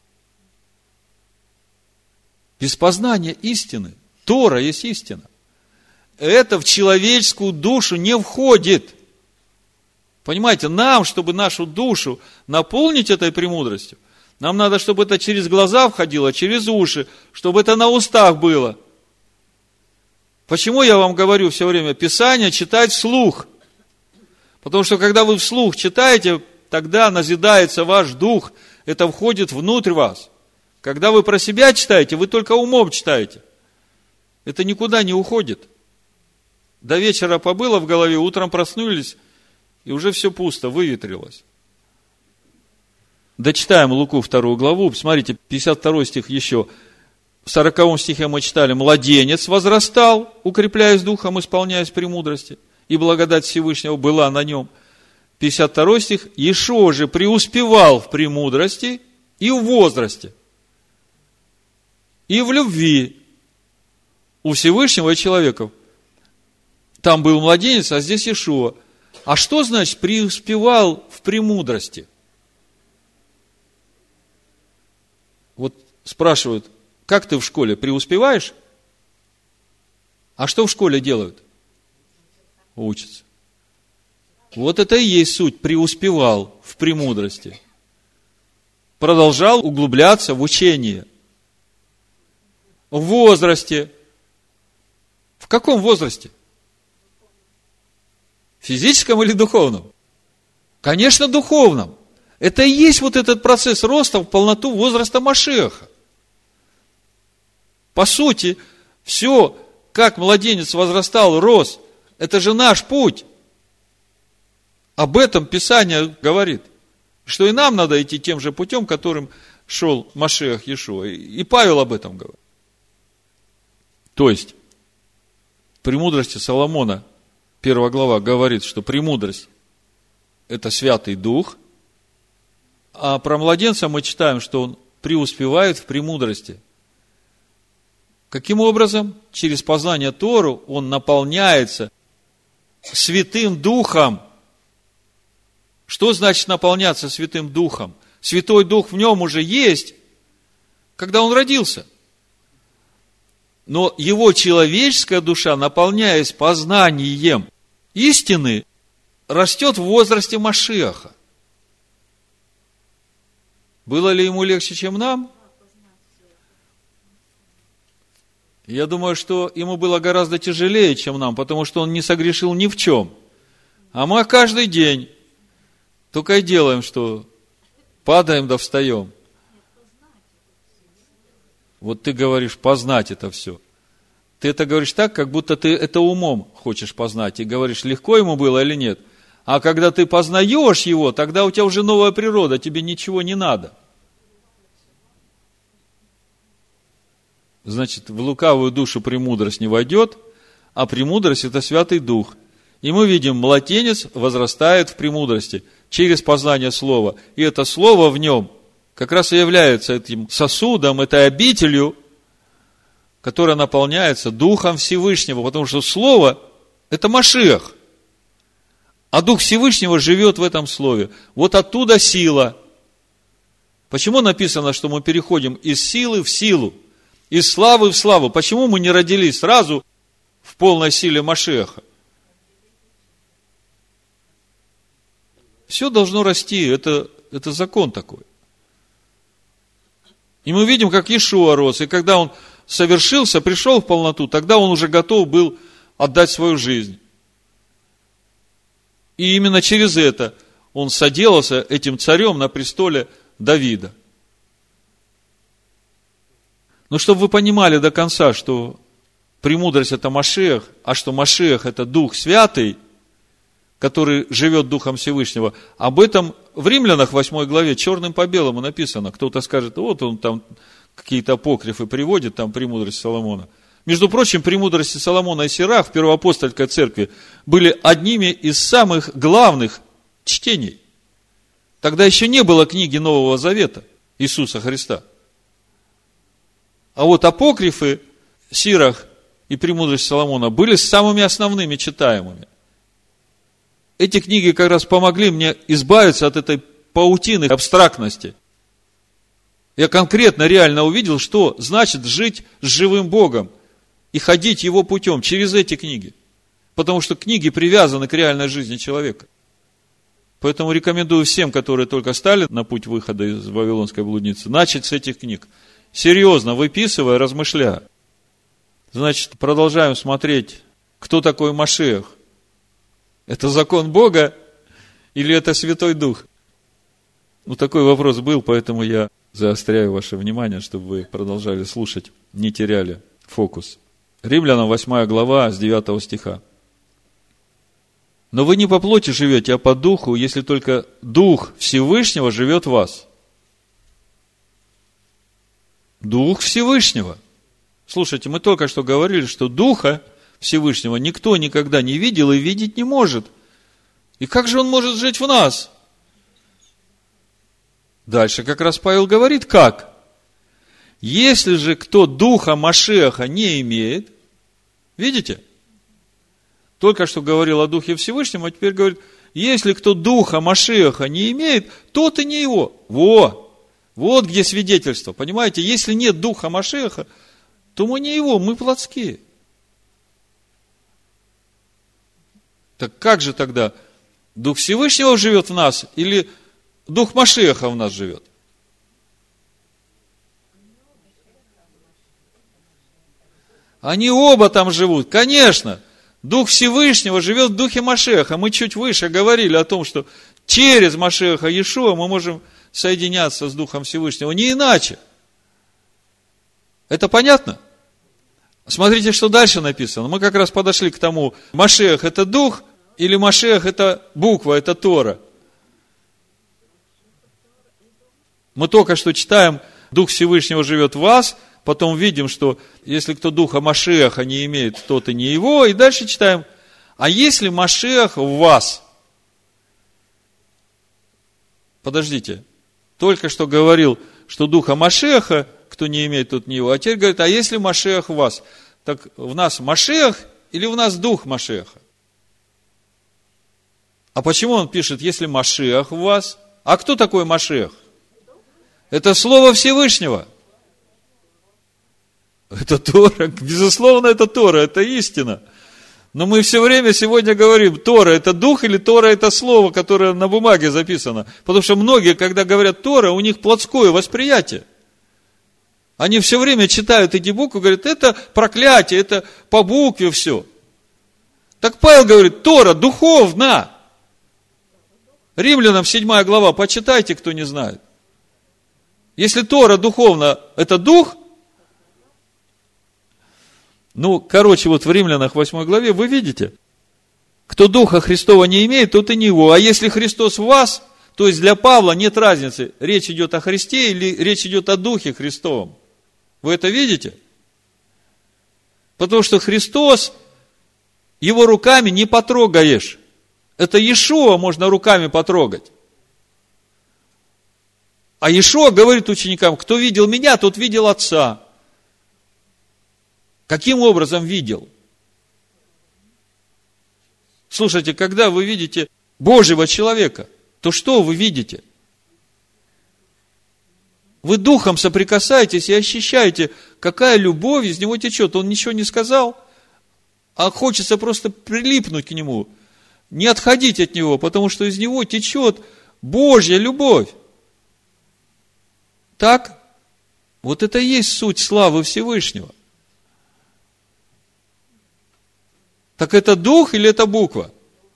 без познания истины, Тора есть истина, это в человеческую душу не входит. Понимаете, нам, чтобы нашу душу наполнить этой премудростью, Нам надо, чтобы это через глаза входило, через уши, чтобы это на устах было. Почему я вам говорю все время Писание читать вслух? Потому что когда вы вслух читаете, тогда назидается ваш дух, это входит внутрь вас. Когда вы про себя читаете, вы только умом читаете. Это никуда не уходит. До вечера побыло в голове, утром проснулись, и уже все пусто, выветрилось. Дочитаем Луку 2 главу, смотрите, 52 стих еще. В 40 стихе мы читали: «Младенец возрастал, укрепляясь духом, исполняясь премудрости, и благодать Всевышнего была на нем». 52 стих: «Иешуа же преуспевал в премудрости и в возрасте, и в любви у Всевышнего и человеков». Там был младенец, а здесь Иешуа. А что значит преуспевал в премудрости? Вот спрашивают, как ты в школе преуспеваешь? А что в школе делают? Учатся. Вот это и есть суть. Преуспевал в премудрости. Продолжал углубляться в учение. В возрасте. В каком возрасте? Физическом или духовном? Конечно, духовном. Это и есть вот этот процесс роста в полноту возраста Машиаха. По сути, все, как младенец возрастал, рос, это же наш путь. Об этом Писание говорит, что и нам надо идти тем же путем, которым шел Машиах Иешуа. И Павел об этом говорит. То есть, в премудрости Соломона, 1 глава говорит, что премудрость – это Святый Дух, а про младенца мы читаем, что он преуспевает в премудрости. Каким образом? Через познание Тору он наполняется Святым Духом. Что значит наполняться Святым Духом? Святой Дух в нем уже есть, когда он родился. Но его человеческая душа, наполняясь познанием истины, растет в возрасте Машиаха. Было ли ему легче, чем нам? Я думаю, что ему было гораздо тяжелее, чем нам, потому что он не согрешил ни в чем. А мы каждый день только и делаем, что падаем да встаем. Вот ты говоришь, познать это все. Ты это говоришь так, как будто ты это умом хочешь познать. И говоришь, легко ему было или нет. А когда ты познаешь его, тогда у тебя уже новая природа, тебе ничего не надо. Значит, в лукавую душу премудрость не войдет, а премудрость – это Святый Дух. И мы видим, младенец возрастает в премудрости через познание Слова. И это Слово в нем как раз и является этим сосудом, этой обителью, которая наполняется Духом Всевышнего, потому что Слово – это Машиах. А Дух Всевышнего живет в этом Слове. Вот оттуда сила. Почему написано, что мы переходим из силы в силу, из славы в славу? Почему мы не родились сразу в полной силе Машиаха? Все должно расти, это закон такой. И мы видим, как Иешуа рос, и когда он совершился, пришел в полноту, тогда он уже готов был отдать свою жизнь. И именно через это он соделался этим царем на престоле Давида. Но чтобы вы понимали до конца, что премудрость – это Машиах, а что Машиах – это Дух Святый, который живет Духом Всевышнего, об этом в Римлянах 8 главе черным по белому написано. Кто-то скажет, вот он там какие-то апокрифы приводит, там премудрость Соломона. Между прочим, премудрости Соломона и Сирах в Первоапостольской церкви были одними из самых главных чтений. Тогда еще не было книги Нового Завета Иисуса Христа. А вот апокрифы Сирах и премудрость Соломона были самыми основными читаемыми. Эти книги как раз помогли мне избавиться от этой паутины абстрактности. Я конкретно, реально увидел, что значит жить с живым Богом и ходить Его путем через эти книги. Потому что книги привязаны к реальной жизни человека. Поэтому рекомендую всем, которые только стали на путь выхода из Вавилонской блудницы, начать с этих книг. Серьезно, выписывая, размышляя. Значит, продолжаем смотреть, кто такой Машиах. Это закон Бога или это Святой Дух? Такой вопрос был, поэтому я заостряю ваше внимание, чтобы вы продолжали слушать, не теряли фокус. Римлянам 8 глава с 9 стиха. Но вы не по плоти живете, а по духу, если только Дух Всевышнего живет в вас. Дух Всевышнего. Слушайте, мы только что говорили, что Духа Всевышнего никто никогда не видел и видеть не может. И как же Он может жить в нас? Дальше как раз Павел говорит, как? Если же кто Духа Машиаха не имеет, видите? Только что говорил о Духе Всевышнем, а теперь говорит, если кто Духа Машиаха не имеет, тот и не его. Вот где свидетельство. Понимаете, если нет Духа Машиаха, то мы не его, мы плотские. Так как же тогда? Дух Всевышнего живет в нас или Дух Машиаха в нас живет? Они оба там живут, конечно. Дух Всевышнего живет в Духе Машиаха. Мы чуть выше говорили о том, что через Машиаха Иешуа мы можем соединяться с Духом Всевышнего. Не иначе. Это понятно? Смотрите, что дальше написано. Мы как раз подошли к тому, Машиах это Дух, или Машиах это буква, это Тора. Мы только что читаем, Дух Всевышнего живет в вас, потом видим, что если кто Духа Машиаха не имеет, тот и не его. И дальше читаем, а если Машиах в вас? Подождите, только что говорил, что Духа Машиаха, кто не имеет, тот не его. А теперь говорит, а если Машиах в вас? Так в нас Машиах или в нас Дух Машиаха? А почему он пишет, если Машиах в вас? А кто такой Машиах? Это Слово Всевышнего. Это Тора, безусловно, это Тора, это истина. Но мы все время сегодня говорим, Тора это Дух или Тора это Слово, которое на бумаге записано. Потому что многие, когда говорят Тора, у них плотское восприятие. Они все время читают эти буквы, говорят, это проклятие, это по букве все. Так Павел говорит, Тора духовна. Римлянам 7 глава, почитайте, кто не знает. Если Тора духовна, это Дух, вот в Римлянах 8 главе вы видите, кто Духа Христова не имеет, тот и не его. А если Христос в вас, то есть для Павла нет разницы, речь идет о Христе или речь идет о Духе Христовом. Вы это видите? Потому что Христос, его руками не потрогаешь. Это Иешуа можно руками потрогать. А Иешуа говорит ученикам, кто видел меня, тот видел Отца. Каким образом видел? Слушайте, когда вы видите Божьего человека, то что вы видите? Вы духом соприкасаетесь и ощущаете, какая любовь из него течет. Он ничего не сказал, а хочется просто прилипнуть к нему, не отходить от него, потому что из него течет Божья любовь. Так? Вот это и есть суть славы Всевышнего. Так это дух или это буква?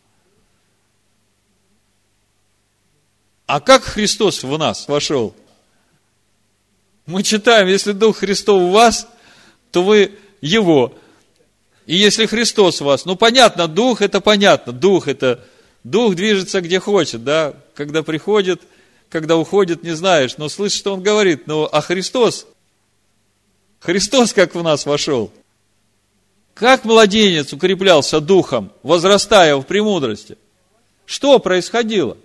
А как Христос в нас вошел? Мы читаем, если Дух Христов в вас, то вы Его. И если Христос в вас, понятно, Дух это понятно. Дух движется где хочет, да? Когда приходит, когда уходит, не знаешь. Но слышишь, что Он говорит. А Христос как в нас вошел? Как младенец укреплялся духом, возрастая в премудрости? Что происходило?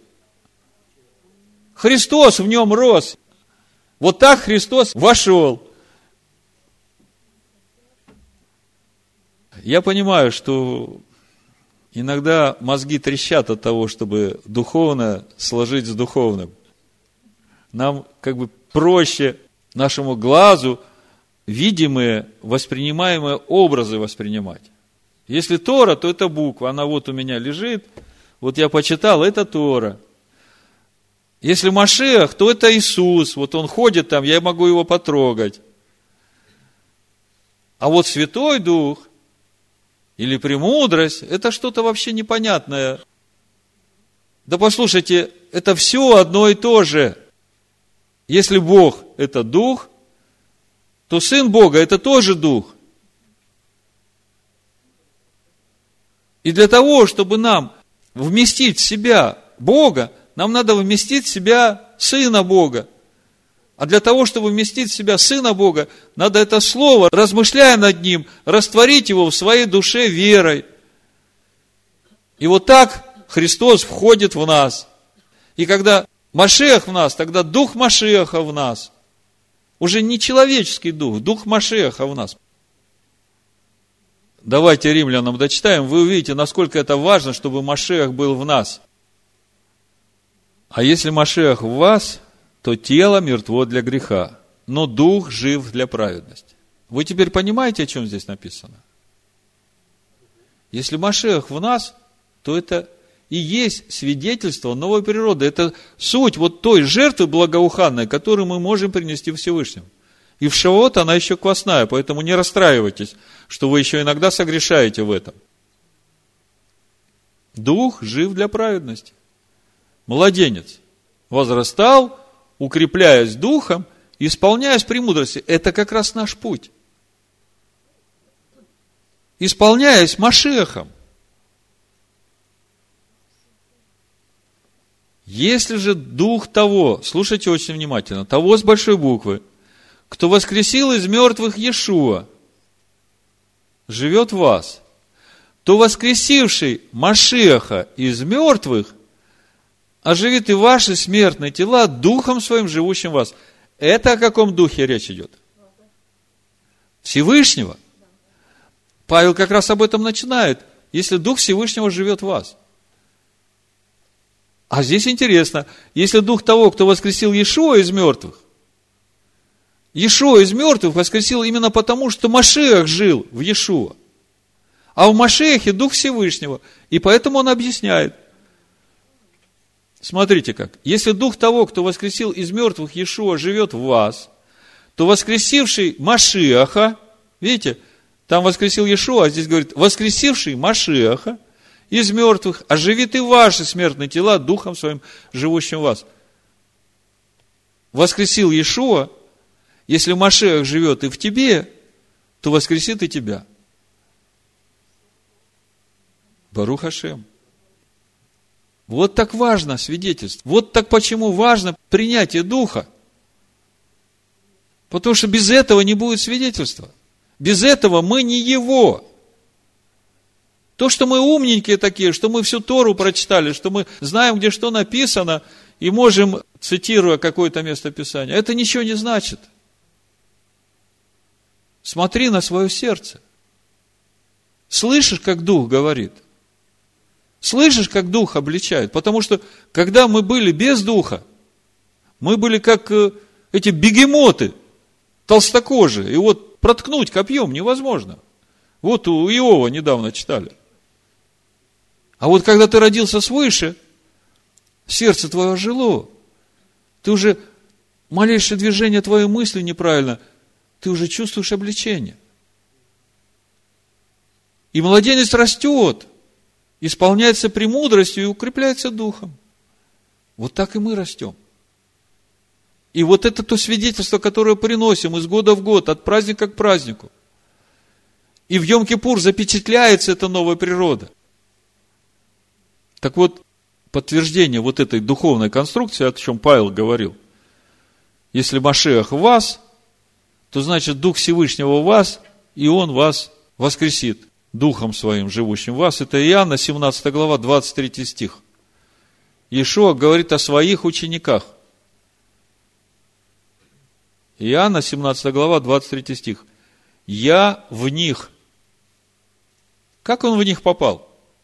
Христос в нем рос. Вот так Христос вошел. Я понимаю, что иногда мозги трещат от того, чтобы духовное сложить с духовным. Нам проще нашему глазу видимые, воспринимаемые образы воспринимать. Если Тора, то это буква. Она вот у меня лежит. Вот я почитал, это Тора. Если Машиах, то это Иисус. Вот он ходит там, я могу его потрогать. А вот Святой Дух или премудрость, это что-то вообще непонятное. Да послушайте, это все одно и то же. Если Бог – это Дух, то Сын Бога – это тоже Дух. И для того, чтобы нам вместить в себя Бога, нам надо вместить в себя Сына Бога. А для того, чтобы вместить в себя Сына Бога, надо это Слово, размышляя над ним, растворить его в своей душе верой. И вот так Христос входит в нас. И когда Машиах в нас, тогда Дух Машиаха в нас. Уже не человеческий дух, Дух Машиаха в нас. Давайте Римлянам дочитаем, вы увидите, насколько это важно, чтобы Машиах был в нас. А если Машиах в вас, то тело мертво для греха, но дух жив для праведности. Вы теперь понимаете, о чем здесь написано? Если Машиах в нас, то это и есть свидетельство новой природы. Это суть вот той жертвы благоуханной, которую мы можем принести Всевышнему. И в Шавуот она еще квасная, поэтому не расстраивайтесь, что вы еще иногда согрешаете в этом. Дух жив для праведности. Младенец возрастал, укрепляясь духом, исполняясь премудрости. Это как раз наш путь. Исполняясь Машиахом. Если же дух того, слушайте очень внимательно, того с большой буквы, кто воскресил из мертвых Иешуа, живет в вас, то воскресивший Машиаха из мертвых оживит и ваши смертные тела духом своим, живущим в вас. Это о каком духе речь идет? Всевышнего. Павел как раз об этом начинает. Если Дух Всевышнего живет в вас. А здесь интересно, если Дух того, кто воскресил Иешуа из мертвых, Иешуа из мертвых воскресил именно потому, что Машиах жил в Иешуа. А в Машиахе Дух Всевышнего. И поэтому он объясняет. Смотрите как. Если Дух того, кто воскресил из мертвых Иешуа, живет в вас, то воскресивший Машиаха, видите, там воскресил Иешуа, а здесь говорит, воскресивший Машиаха из мертвых оживит и ваши смертные тела Духом своим, живущим в вас. Воскресил Иешуа, если Машиах живет и в тебе, то воскресит и тебя. Барух Ашем. Вот так важно свидетельство. Вот так почему важно принятие Духа. Потому что без этого не будет свидетельства. Без этого мы не Его. То, что мы умненькие такие, что мы всю Тору прочитали, что мы знаем, где что написано, и можем, цитируя какое-то место Писания, это ничего не значит. Смотри на свое сердце. Слышишь, как Дух говорит? Слышишь, как Дух обличает? Потому что, когда мы были без Духа, мы были как эти бегемоты, толстокожие. И вот проткнуть копьем невозможно. Вот у Иова недавно читали. А вот когда ты родился свыше, сердце твое ожило. Ты уже, малейшее движение твоей мысли неправильно, ты уже чувствуешь обличение. И младенец растет, исполняется премудростью и укрепляется духом. Вот так и мы растем. И вот это то свидетельство, которое приносим из года в год, от праздника к празднику. И в Йом-Кипур запечатляется эта новая природа. Так вот, подтверждение вот этой духовной конструкции, о чем Павел говорил. Если Машиах в вас, то значит Дух Всевышнего в вас, и Он вас воскресит Духом Своим, живущим в вас. Это Иоанна, 17 глава, 23 стих. Иешуа говорит о своих учениках. Иоанна, 17 глава, 23 стих. Я в них. Как он в них попал?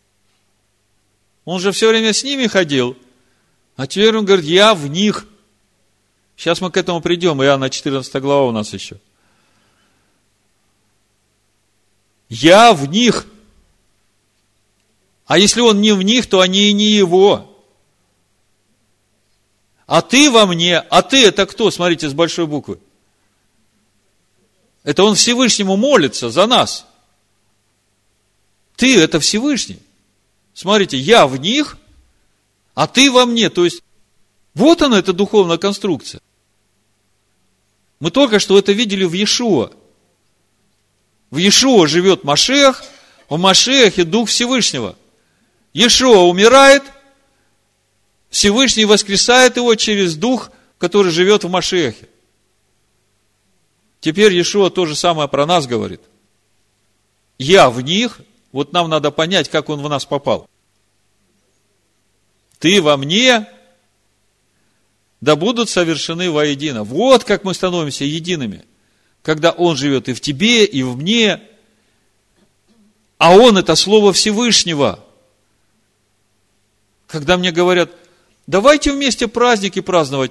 Он же все время с ними ходил. А теперь он говорит, я в них. Сейчас мы к этому придем. Иоанна, 14 глава у нас еще. Я в них. А если он не в них, то они и не его. А ты во мне, а ты это кто? Смотрите, с большой буквы. Это он Всевышнему молится за нас. Ты это Всевышний. Смотрите, я в них, а ты во мне. То есть, вот она, эта духовная конструкция. Мы только что это видели в Иешуа. В Иешуа живет Машиах, в Машиахе Дух Всевышнего. Иешуа умирает, Всевышний воскресает его через Дух, который живет в Машиахе. Теперь Иешуа то же самое про нас говорит. Я в них, вот нам надо понять, как он в нас попал. Ты во мне, да будут совершены воедино. Вот как мы становимся едиными. Когда он живет и в тебе, и в мне. А он это Слово Всевышнего. Когда мне говорят, давайте вместе праздники праздновать.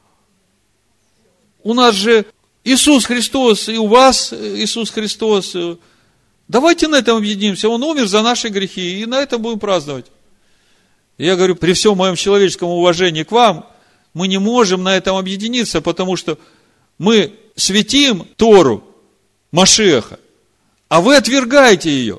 У нас же Иисус Христос, и у вас Иисус Христос. Давайте на этом объединимся. Он умер за наши грехи, и на этом будем праздновать. Я говорю, при всем моем человеческом уважении к вам, мы не можем на этом объединиться, потому что мы светим Тору Машиаха, а вы отвергаете ее.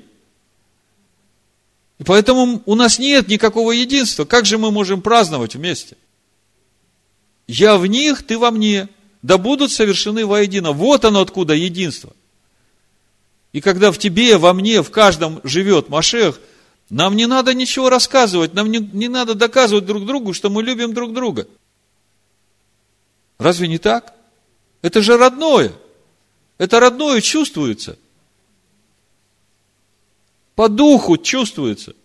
И поэтому у нас нет никакого единства. Как же мы можем праздновать вместе? Я в них, ты во мне, да будут совершены воедино. Вот оно откуда единство. И когда в тебе, во мне, в каждом живет Машиах, нам не надо ничего рассказывать, нам не надо доказывать друг другу, что мы любим друг друга. Разве не так? Это же родное. Это родное чувствуется. По духу чувствуется.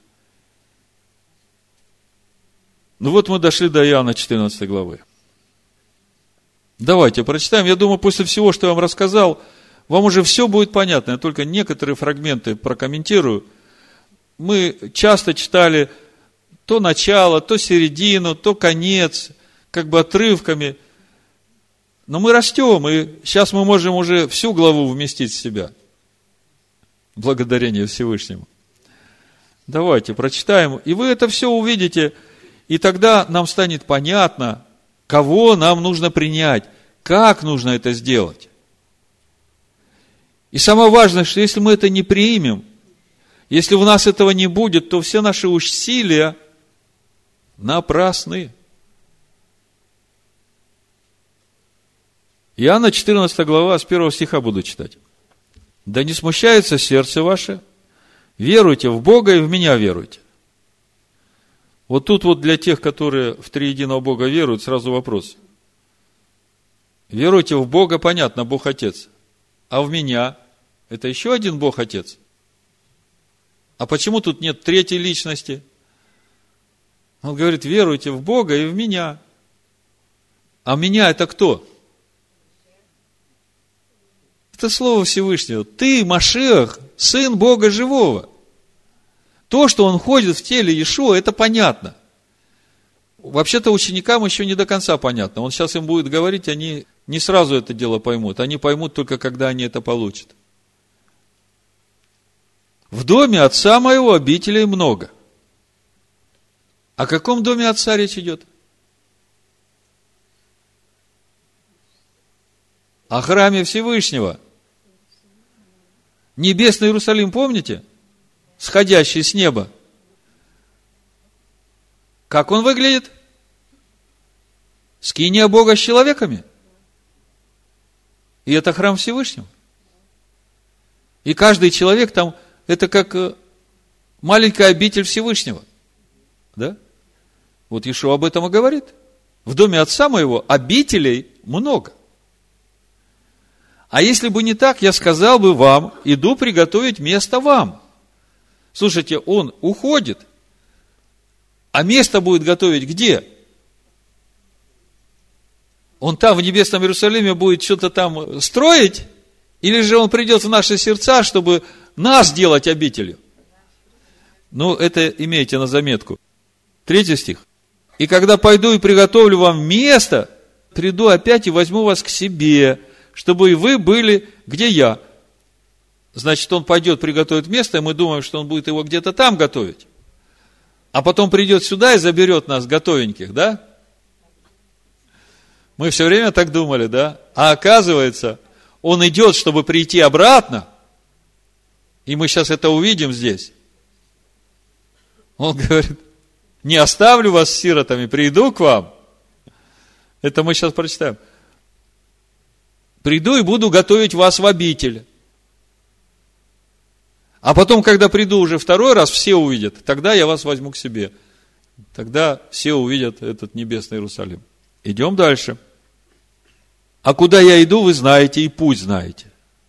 Ну вот мы дошли до Иоанна 14 главы. Давайте прочитаем. Я думаю, после всего, что я вам рассказал, вам уже все будет понятно. Я только некоторые фрагменты прокомментирую. Мы часто читали то начало, то середину, то конец, как бы отрывками. Но мы растем, и сейчас мы можем уже всю главу вместить в себя. Благодарение Всевышнему. Давайте прочитаем, и вы это все увидите, и тогда нам станет понятно, кого нам нужно принять, как нужно это сделать. И самое важное, что если мы это не примем, если у нас этого не будет, то все наши усилия напрасны. Иоанна 14 глава, с 1 стиха буду читать. Да не смущается сердце ваше, веруйте в Бога и в меня веруйте. Вот тут вот для тех, которые в триединого Бога веруют, сразу вопрос. Веруйте в Бога, понятно, Бог Отец. А в меня? Это еще один Бог Отец. А почему тут нет третьей личности? Он говорит, веруйте в Бога и в меня. А меня это кто? Это Слово Всевышнего. Ты, Машиах, Сын Бога Живого. То, что Он ходит в теле Иешуа, это понятно. Вообще-то ученикам еще не до конца понятно. Он сейчас им будет говорить, они не сразу это дело поймут. Они поймут только, когда они это получат. В доме Отца моего обителей много. О каком доме Отца речь идет? О храме Всевышнего. Небесный Иерусалим, помните? Сходящий с неба. Как он выглядит? Скиния Бога с человеками. И это храм Всевышнего. И каждый человек там, это как маленькая обитель Всевышнего. Да? Вот Иешуа об этом и говорит. В доме Отца моего обителей много. А если бы не так, я сказал бы вам, иду приготовить место вам. Слушайте, он уходит, а место будет готовить где? Он там в небесном Иерусалиме будет что-то там строить? Или же он придет в наши сердца, чтобы нас делать обителью? Ну, это имейте на заметку. 3 стих. И когда пойду и приготовлю вам место, приду опять и возьму вас к себе, чтобы и вы были, где я. Значит, он пойдет приготовить место, и мы думаем, что он будет его где-то там готовить. А потом придет сюда и заберет нас готовеньких, да? Мы все время так думали, да? А оказывается, Он идет, чтобы прийти обратно. И мы сейчас это увидим здесь. Он говорит: не оставлю вас сиротами, приду к вам. Это мы сейчас прочитаем. Приду и буду готовить вас в обитель. А потом, когда приду уже второй раз, все увидят. Тогда я вас возьму к себе. Тогда все увидят этот небесный Иерусалим. Идем дальше. А куда я иду, вы знаете, и путь знаете.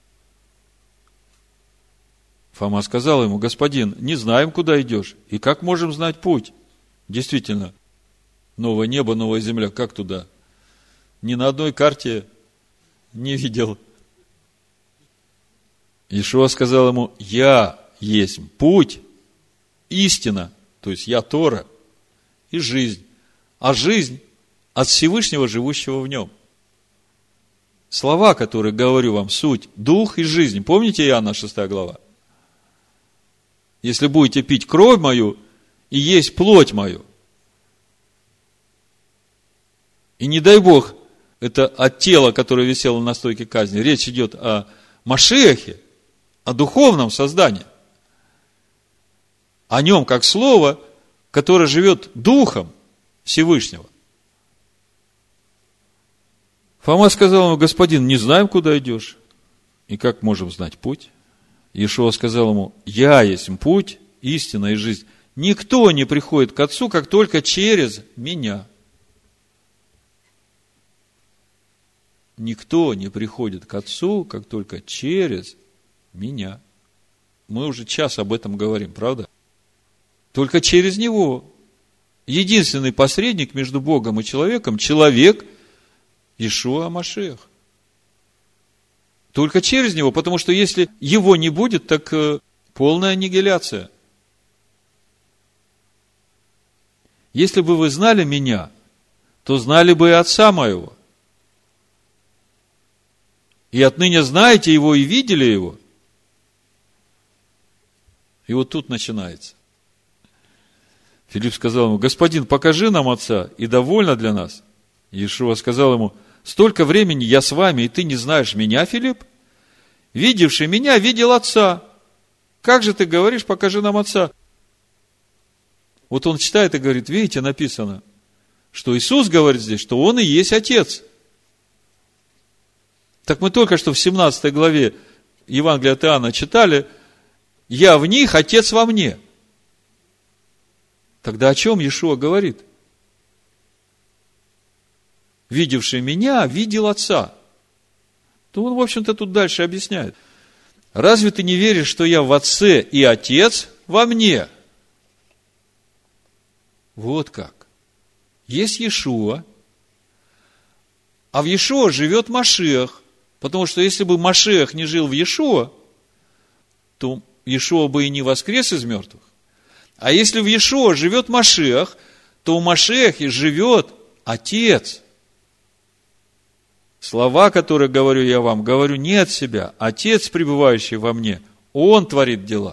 Фома сказал ему: Господин, не знаем, куда идешь, и как можем знать путь? Действительно, новое небо, новая земля, как туда? Ни на одной карте не видел. Иешуа сказал ему: я есть путь, истина, то есть я Тора, и жизнь. А жизнь от Всевышнего, живущего в нем. Слова, которые говорю вам, суть, дух и жизнь. Помните Иоанна 6 глава? Если будете пить кровь мою и есть плоть мою. И не дай Бог, это от тела, которое висело на стойке казни. Речь идет о Машиахе, о духовном создании. О нем как слово, которое живет духом Всевышнего. Фома сказал ему: Господин, не знаем, куда идешь, и как можем знать путь? Иешуа сказал ему: я есть путь, истина и жизнь. Никто не приходит к Отцу, как только через меня. Никто не приходит к Отцу, как только через меня. Мы уже час об этом говорим, правда? Только через Него. Единственный посредник между Богом и человеком – человек Иешуа Машиах. Только через Него, потому что если Его не будет, так полная аннигиляция. Если бы вы знали Меня, то знали бы и Отца Моего. И отныне знаете Его и видели Его. И вот тут начинается. Филипп сказал ему: Господин, покажи нам Отца, и довольно для нас. Иешуа сказал ему: столько времени я с вами, и ты не знаешь меня, Филипп? Видевший меня, видел Отца. Как же ты говоришь: покажи нам Отца? Вот он читает и говорит: видите, написано, что Иисус говорит здесь, что Он и есть Отец. Так мы только что в 17 главе Евангелия от Иоанна читали: я в них, Отец во мне. Тогда о чем Иешуа говорит? Видевший меня, видел Отца. То он, в общем-то, тут дальше объясняет. Разве ты не веришь, что я в Отце и Отец во мне? Вот как. Есть Иешуа, а в Иешуа живет Машиах. Потому что если бы Машиах не жил в Иешуа, то Иешуа бы и не воскрес из мертвых. А если в Иешуа живет Машиах, то в Машиахе живет Отец. Слова, которые говорю я вам, говорю не от себя. Отец, пребывающий во мне, Он творит дела.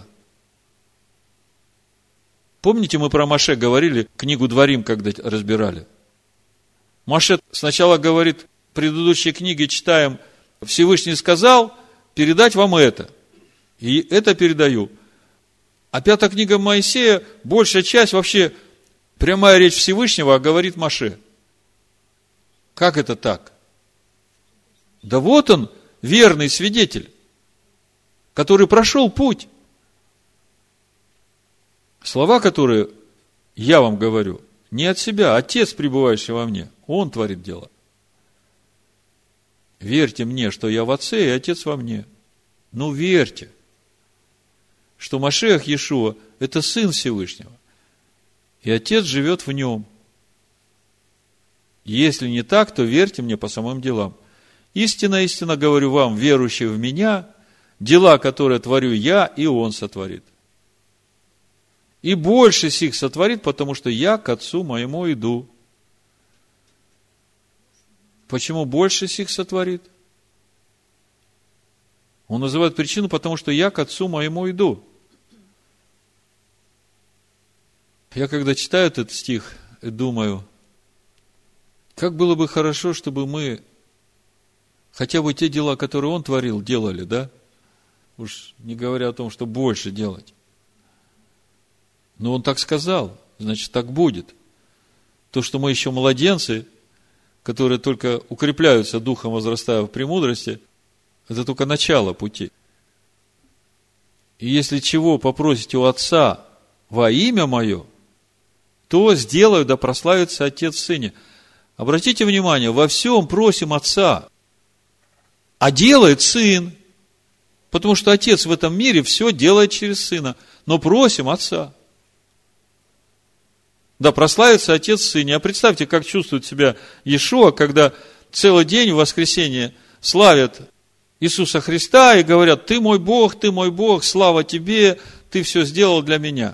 Помните, мы про Моше говорили, книгу Дворим, когда разбирали? Моше сначала говорит, в предыдущей книге читаем, Всевышний сказал передать вам это. И это передаю. А 5 книга Моисея, большая часть вообще прямая речь Всевышнего, а говорит Моше. Как это так? Да вот он, верный свидетель, который прошел путь. Слова, которые я вам говорю, не от себя, Отец, пребывающий во мне, Он творит дела. Верьте мне, что я в Отце и Отец во мне. Ну, верьте, что Машиах Иешуа – это Сын Всевышнего, и Отец живет в нем. Если не так, то верьте мне по самым делам. Истинно, истинно говорю вам, верующие в меня, дела, которые творю я, и Он сотворит. И больше сих сотворит, потому что я к Отцу моему иду. Почему больше сих сотворит? Он называет причину, потому что я к Отцу моему иду. Я когда читаю этот стих, думаю, Как было бы хорошо, чтобы мы хотя бы те дела, которые Он творил, делали, да? Уж не говоря о том, что больше делать. Но Он так сказал, значит, так будет. То, что мы еще младенцы, которые только укрепляются духом, возрастая в премудрости, это только начало пути. И если чего попросите у Отца во имя Мое, то сделаю, да прославится Отец в Сыне. Обратите внимание, во всем просим Отца, а делает Сын, потому что Отец в этом мире все делает через Сына, но просим Отца. Да прославится Отец в Сыне. А представьте, как чувствует себя Иешуа, когда целый день в воскресенье славят Иисуса Христа и говорят: Ты мой Бог, слава Тебе, Ты все сделал для меня.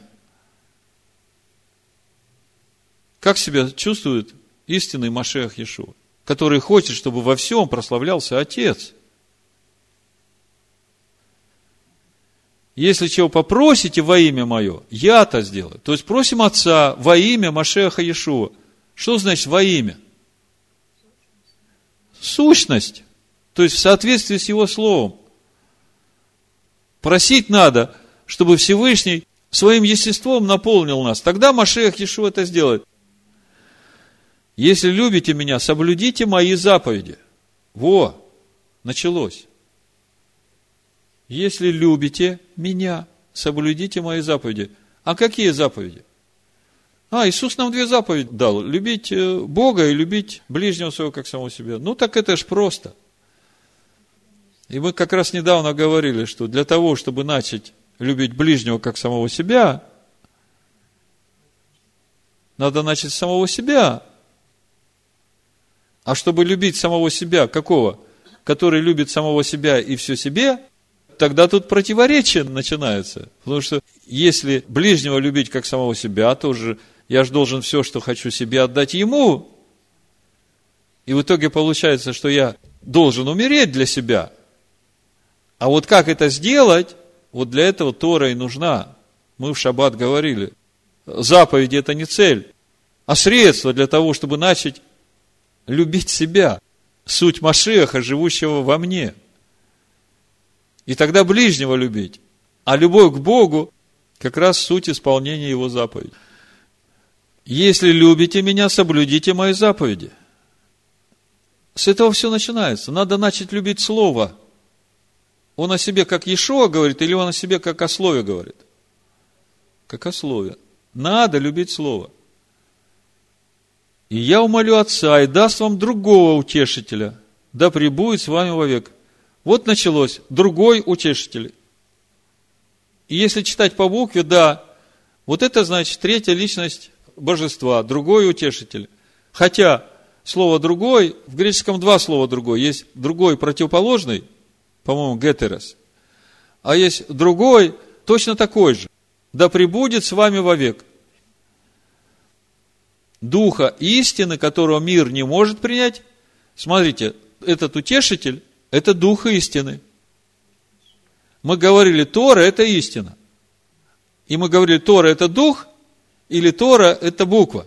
Как себя чувствует истинный Машиах Иешуа, который хочет, чтобы во всем прославлялся Отец? Если чего попросите во имя Мое, я это сделаю. То есть просим Отца во имя Машиаха Иешуа. Что значит во имя? Сущность. То есть в соответствии с Его Словом. Просить надо, чтобы Всевышний своим естеством наполнил нас. Тогда Машиах Иешуа это сделает. Если любите меня, соблюдите мои заповеди. Во, началось. Если любите меня, соблюдите мои заповеди. А какие заповеди? Иисус нам 2 заповеди дал. Любить Бога и любить ближнего своего, как самого себя. Ну, так это ж просто. И мы как раз недавно говорили, что для того, чтобы начать любить ближнего, как самого себя, надо начать с самого себя. А чтобы любить самого себя, какого? Который любит самого себя и все себе, тогда тут противоречие начинается. Потому что если ближнего любить как самого себя, то уже я же должен все, что хочу себе, отдать ему. И в итоге получается, что я должен умереть для себя. А вот как это сделать, вот для этого Тора и нужна. Мы в шаббат говорили, заповеди это не цель, а средство для того, чтобы начать любить себя. Суть Машиаха, живущего во мне. И тогда ближнего любить. А любовь к Богу как раз суть исполнения Его заповедей. Если любите меня, соблюдите мои заповеди. С этого все начинается. Надо начать любить Слово. Он о себе как Иешуа говорит, или он о себе как о Слове говорит? Как о Слове. Надо любить Слово. И я умолю Отца, и даст вам другого утешителя, да пребудет с вами вовек. Вот началось, другой утешитель. И если читать по букве, да, вот это значит 3-я личность Божества, другой утешитель. Хотя слово «другой», в греческом 2 слова «другой». Есть другой противоположный, по-моему, гетерос. А есть другой, точно такой же. Да пребудет с вами вовек. Духа истины, которого мир не может принять. Смотрите, этот утешитель, это Дух истины. Мы говорили, Тора – это истина. И мы говорили, Тора – это Дух, или Тора – это буква.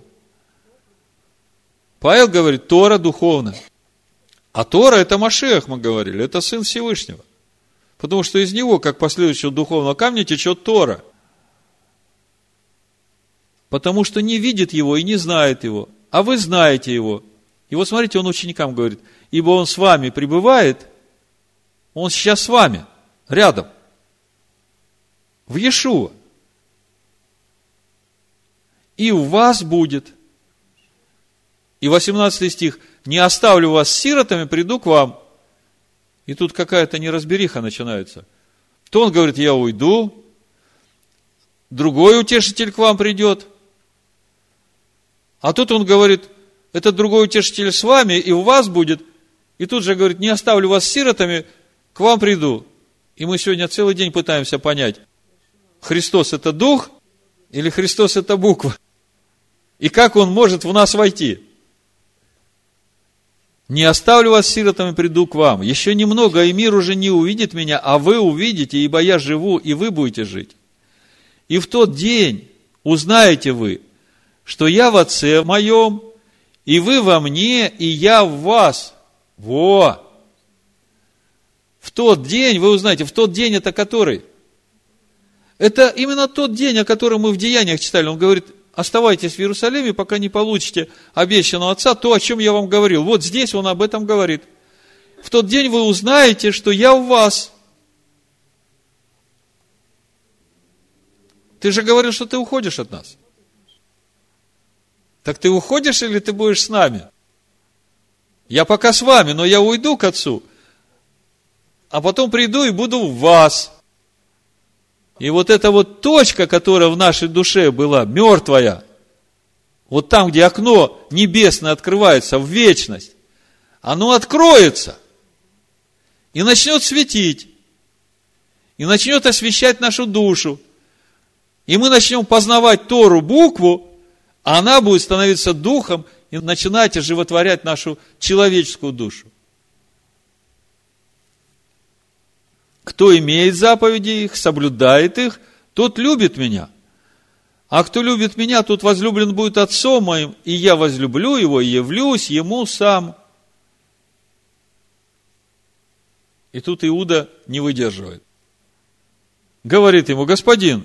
Павел говорит, Тора духовная. А Тора – это Машиах, мы говорили, это Сын Всевышнего. Потому что из него, как последующего духовного камня, течет Тора. Потому что не видит его и не знает его. А вы знаете его. И вот смотрите, он ученикам говорит, ибо он с вами пребывает, он сейчас с вами, рядом, в Иешуа. И у вас будет. И 18 стих, не оставлю вас сиротами, приду к вам. И тут какая-то неразбериха начинается. То он говорит, я уйду, другой утешитель к вам придет. А тут он говорит, этот другой утешитель с вами, и у вас будет. И тут же говорит, не оставлю вас сиротами, к вам приду. И мы сегодня целый день пытаемся понять, Христос это Дух или Христос это буква? И как Он может в нас войти? Не оставлю вас сиротами, приду к вам. Еще немного, и мир уже не увидит меня, а вы увидите, ибо я живу, и вы будете жить. И в тот день узнаете вы, что я в Отце моем, и вы во мне, и я в вас. Во! В тот день, вы узнаете, в тот день это который? Это именно тот день, о котором мы в Деяниях читали. Он говорит, оставайтесь в Иерусалиме, пока не получите обещанного Отца, то, о чем я вам говорил. Вот здесь он об этом говорит. В тот день вы узнаете, что я в вас. Ты же говорил, что ты уходишь от нас. Так ты уходишь или ты будешь с нами? Я пока с вами, но я уйду к Отцу, а потом приду и буду в вас. И вот эта вот точка, которая в нашей душе была мертвая, вот там, где окно небесное открывается в вечность, оно откроется и начнет светить, и начнет освещать нашу душу. И мы начнем познавать Тору, букву, а она будет становиться духом и начинать оживотворять нашу человеческую душу. Кто имеет заповеди их, соблюдает их, тот любит меня. А кто любит меня, тот возлюблен будет Отцом моим, и я возлюблю его, и явлюсь ему сам. И тут Иуда не выдерживает. Говорит ему: Господин,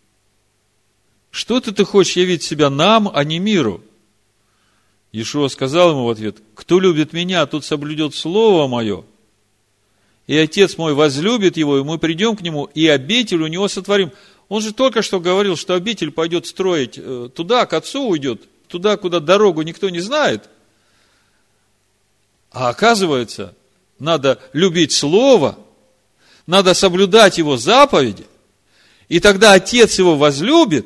что ты хочешь явить себя нам, а не миру? Иешуа сказал ему в ответ: кто любит меня, тот соблюдет слово мое, и Отец мой возлюбит его, и мы придем к нему, и обитель у него сотворим. Он же только что говорил, что обитель пойдет строить туда, к Отцу уйдет, туда, куда дорогу никто не знает. А оказывается, надо любить Слово, надо соблюдать Его заповеди, и тогда Отец его возлюбит,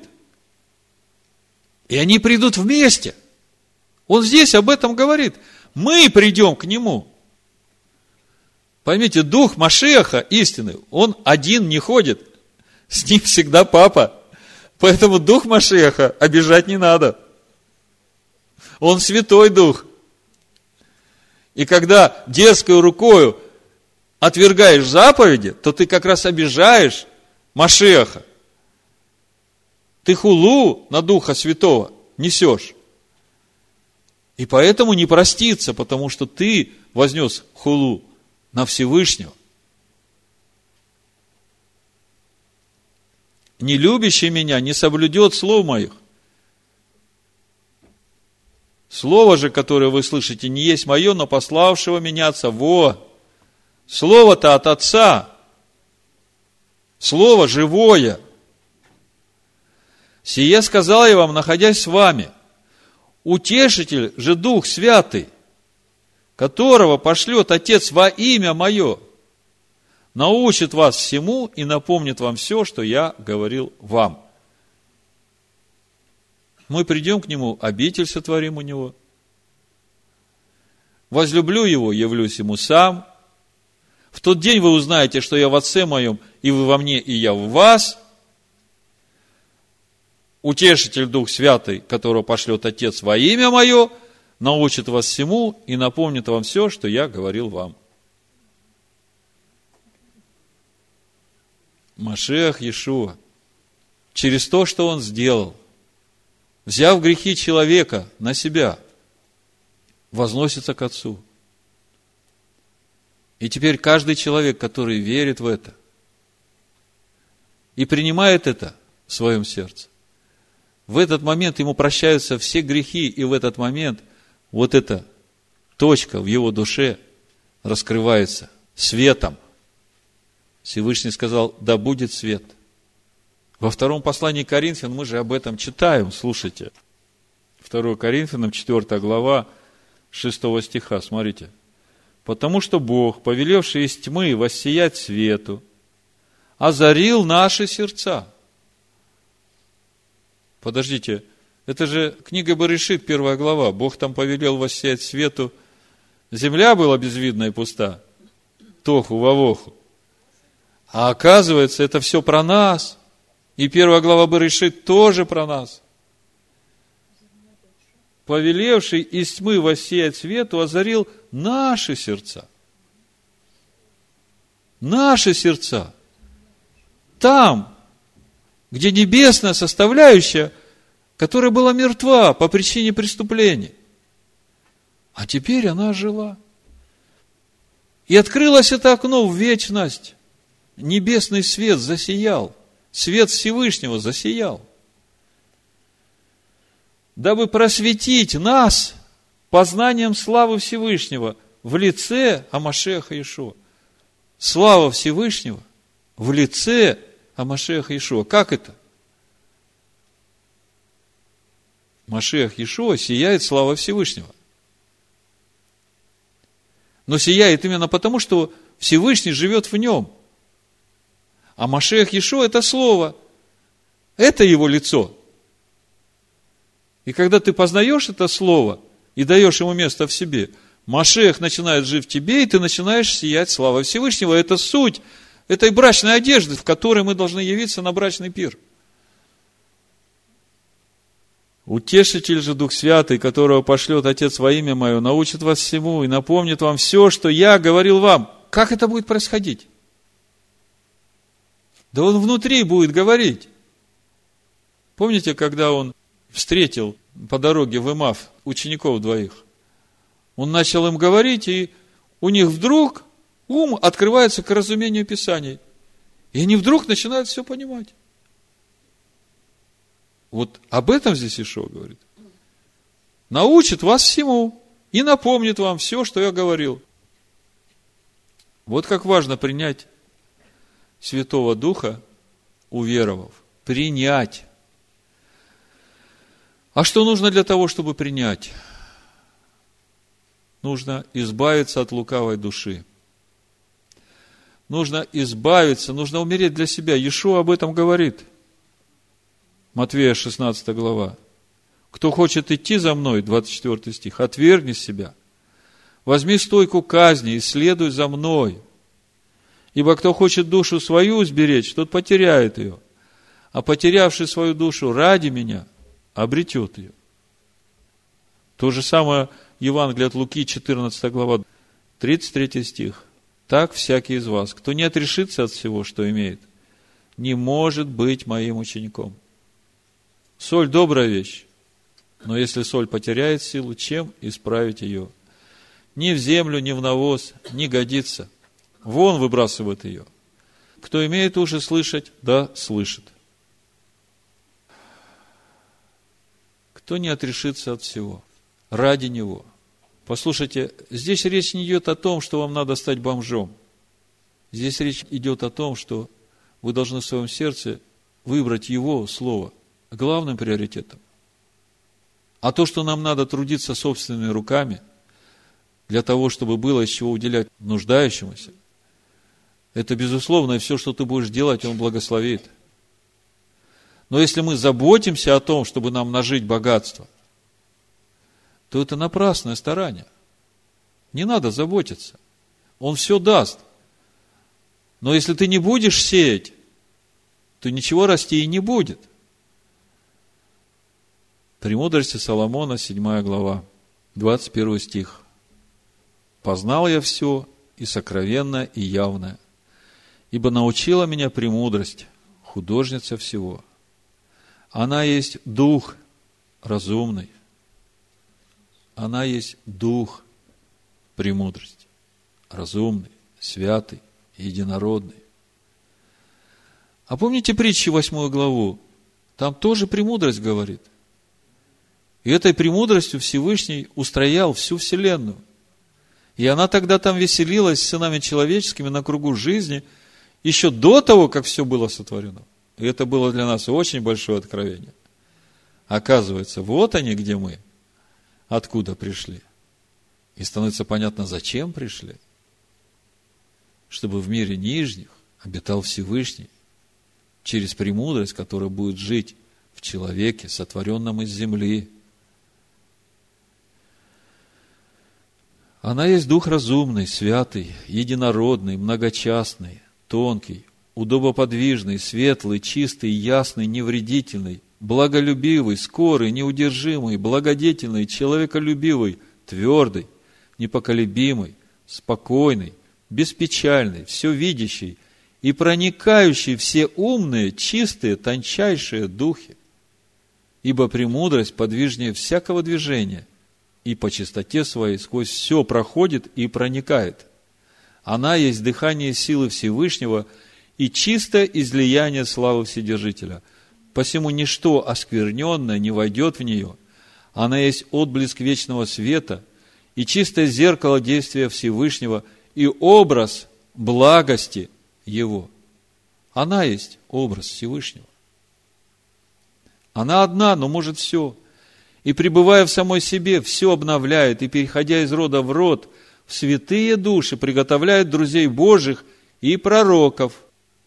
и они придут вместе. Он здесь об этом говорит. Мы придем к Нему. Поймите, дух Машиаха истины, он один не ходит. С ним всегда папа. Поэтому дух Машиаха обижать не надо. Он святой дух. И когда дерзкой рукою отвергаешь заповеди, то ты как раз обижаешь Машиаха. Ты хулу на Духа Святого несешь. И поэтому не простится, потому что ты вознес хулу на Всевышнего. Не любящий меня не соблюдет слов моих. Слово же, которое вы слышите, не есть мое, но пославшего меня Отца. Во! Слово-то от Отца. Слово живое. Сие сказал я вам, находясь с вами. Утешитель же Дух Святый, которого пошлет Отец во имя мое, научит вас всему и напомнит вам все, что я говорил вам. Мы придем к Нему, обитель сотворим у Него. Возлюблю Его, явлюсь Ему сам. В тот день вы узнаете, что я в Отце моем, и вы во мне, и я в вас. Утешитель Дух Святый, которого пошлет Отец во имя мое, научит вас всему и напомнит вам все, что я говорил вам. Машиах Иешуа, через то, что Он сделал, взяв грехи человека на себя, возносится к Отцу. И теперь каждый человек, который верит в это и принимает это в своем сердце, в этот момент ему прощаются все грехи, и в этот момент вот эта точка в его душе раскрывается светом. Всевышний сказал: да будет свет. Во втором послании к Коринфянам мы же об этом читаем, слушайте. 2 Коринфянам, 4 глава, 6 стиха, смотрите. Потому что Бог, повелевший из тьмы воссиять свету, озарил наши сердца. Подождите, это же книга Берешит, 1 глава. Бог там повелел воссиять свету. Земля была безвидна и пуста. Тоху, вавоху. А оказывается, это все про нас. И 1 глава Берешит тоже про нас. Повелевший из тьмы воссиять свету озарил наши сердца. Наши сердца. Там, где небесная составляющая, которая была мертва по причине преступлений. А теперь она жила. И открылось это окно в вечность. Небесный свет засиял. Свет Всевышнего засиял. Дабы просветить нас познанием славы Всевышнего в лице Амашеха Иешуа. Слава Всевышнего в лице Амашеха Иешуа. Как это? Машех Иешуа сияет слава Всевышнего. Но сияет именно потому, что Всевышний живет в нем. А Машех Иешуа – это Слово. Это его лицо. И когда ты познаешь это Слово и даешь ему место в себе, Машех начинает жить в тебе, и ты начинаешь сиять славой Всевышнего. Это суть этой брачной одежды, в которой мы должны явиться на брачный пир. Утешитель же Дух Святый, которого пошлет Отец во имя Мое, научит вас всему и напомнит вам все, что я говорил вам. Как это будет происходить? Да он внутри будет говорить. Помните, когда он встретил по дороге в Эмаф учеников двоих? Он начал им говорить, и у них вдруг ум открывается к разумению Писаний. И они вдруг начинают все понимать. Вот об этом здесь Иешуа говорит. Научит вас всему и напомнит вам все, что я говорил. Вот как важно принять Святого Духа, уверовав. Принять. А что нужно для того, чтобы принять? Нужно избавиться от лукавой души. Нужно избавиться, нужно умереть для себя. Иешуа об этом говорит. Матвея 16 глава. Кто хочет идти за мной, 24 стих, отвергни себя. Возьми стойку казни и следуй за мной. Ибо кто хочет душу свою сберечь, тот потеряет ее. А потерявший свою душу ради меня, обретет ее. То же самое Евангелие от Луки, 14 глава, 33 стих. Так всякий из вас, кто не отрешится от всего, что имеет, не может быть моим учеником. Соль – добрая вещь, но если соль потеряет силу, чем исправить ее? Ни в землю, ни в навоз не годится. Вон выбрасывает ее. Кто имеет уши слышать, да слышит. Кто не отрешится от всего ради него. Послушайте, здесь речь не идет о том, что вам надо стать бомжом. Здесь речь идет о том, что вы должны в своем сердце выбрать его слово главным приоритетом. А то, что нам надо трудиться собственными руками, для того, чтобы было из чего уделять нуждающемуся, это безусловно, и все, что ты будешь делать, Он благословит. Но если мы заботимся о том, чтобы нам нажить богатство, то это напрасное старание. Не надо заботиться. Он все даст. Но если ты не будешь сеять, то ничего расти и не будет. Премудрости Соломона, 7 глава, 21 стих. «Познал я все, и сокровенное, и явное, ибо научила меня премудрость, художница всего. Она есть дух разумный, она есть дух премудрости, разумный, святый, единородный». А помните притчи 8 главу? Там тоже премудрость говорит. И этой премудростью Всевышний устроял всю вселенную. И она тогда там веселилась с сынами человеческими на кругу жизни, еще до того, как все было сотворено. И это было для нас очень большое откровение. Оказывается, вот они, где мы, откуда пришли. И становится понятно, зачем пришли. Чтобы в мире нижних обитал Всевышний через премудрость, которая будет жить в человеке, сотворенном из земли. Она есть дух разумный, святый, единородный, многочастный, тонкий, удобоподвижный, светлый, чистый, ясный, невредительный, благолюбивый, скорый, неудержимый, благодетельный, человеколюбивый, твердый, непоколебимый, спокойный, беспечальный, все видящий и проникающий все умные, чистые, тончайшие духи. Ибо премудрость подвижнее всякого движения и по чистоте своей сквозь все проходит и проникает. Она есть дыхание силы Всевышнего и чистое излияние славы Вседержителя. Посему ничто оскверненное не войдет в нее. Она есть отблеск вечного света и чистое зеркало действия Всевышнего и образ благости Его. Она есть образ Всевышнего. Она одна, но может все. И пребывая в самой себе, все обновляет, и переходя из рода в род, в святые души приготовляет друзей Божьих и пророков.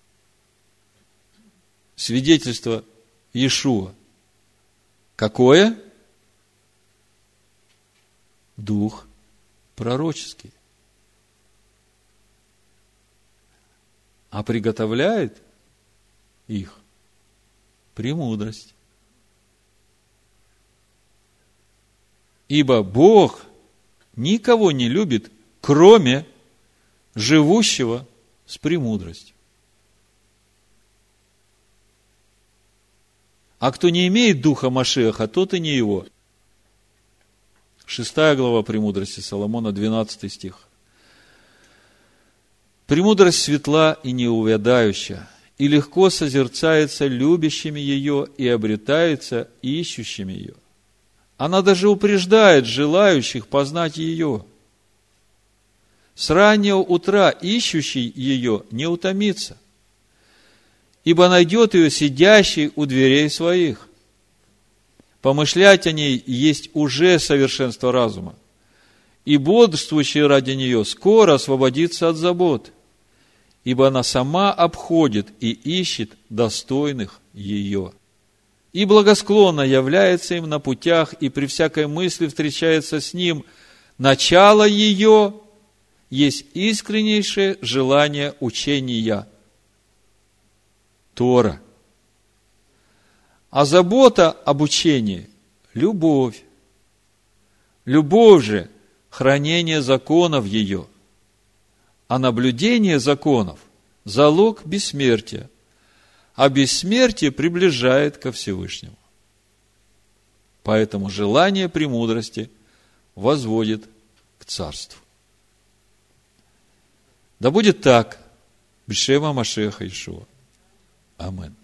Свидетельство Иешуа. Какое? Дух пророческий. А приготовляет их премудрость. Ибо Бог никого не любит, кроме живущего с премудростью. А кто не имеет духа Машиаха, тот и не его. 6 глава «Премудрости» Соломона, 12 стих. «Премудрость светла и неувядающая, и легко созерцается любящими ее и обретается ищущими ее. Она даже упреждает желающих познать ее. С раннего утра ищущий ее не утомится, ибо найдет ее сидящий у дверей своих. Помышлять о ней есть уже совершенство разума, и бодрствующий ради нее скоро освободится от забот, ибо она сама обходит и ищет достойных ее. И благосклонно является им на путях, и при всякой мысли встречается с ним. Начало ее есть искреннейшее желание учения. Тора. А забота об учении – любовь. Любовь же – хранение законов ее. А наблюдение законов – залог бессмертия. А бессмертие приближает ко Всевышнему. Поэтому желание премудрости возводит к царству. Да будет так, б'шема Машиаха Иешуа. Амин.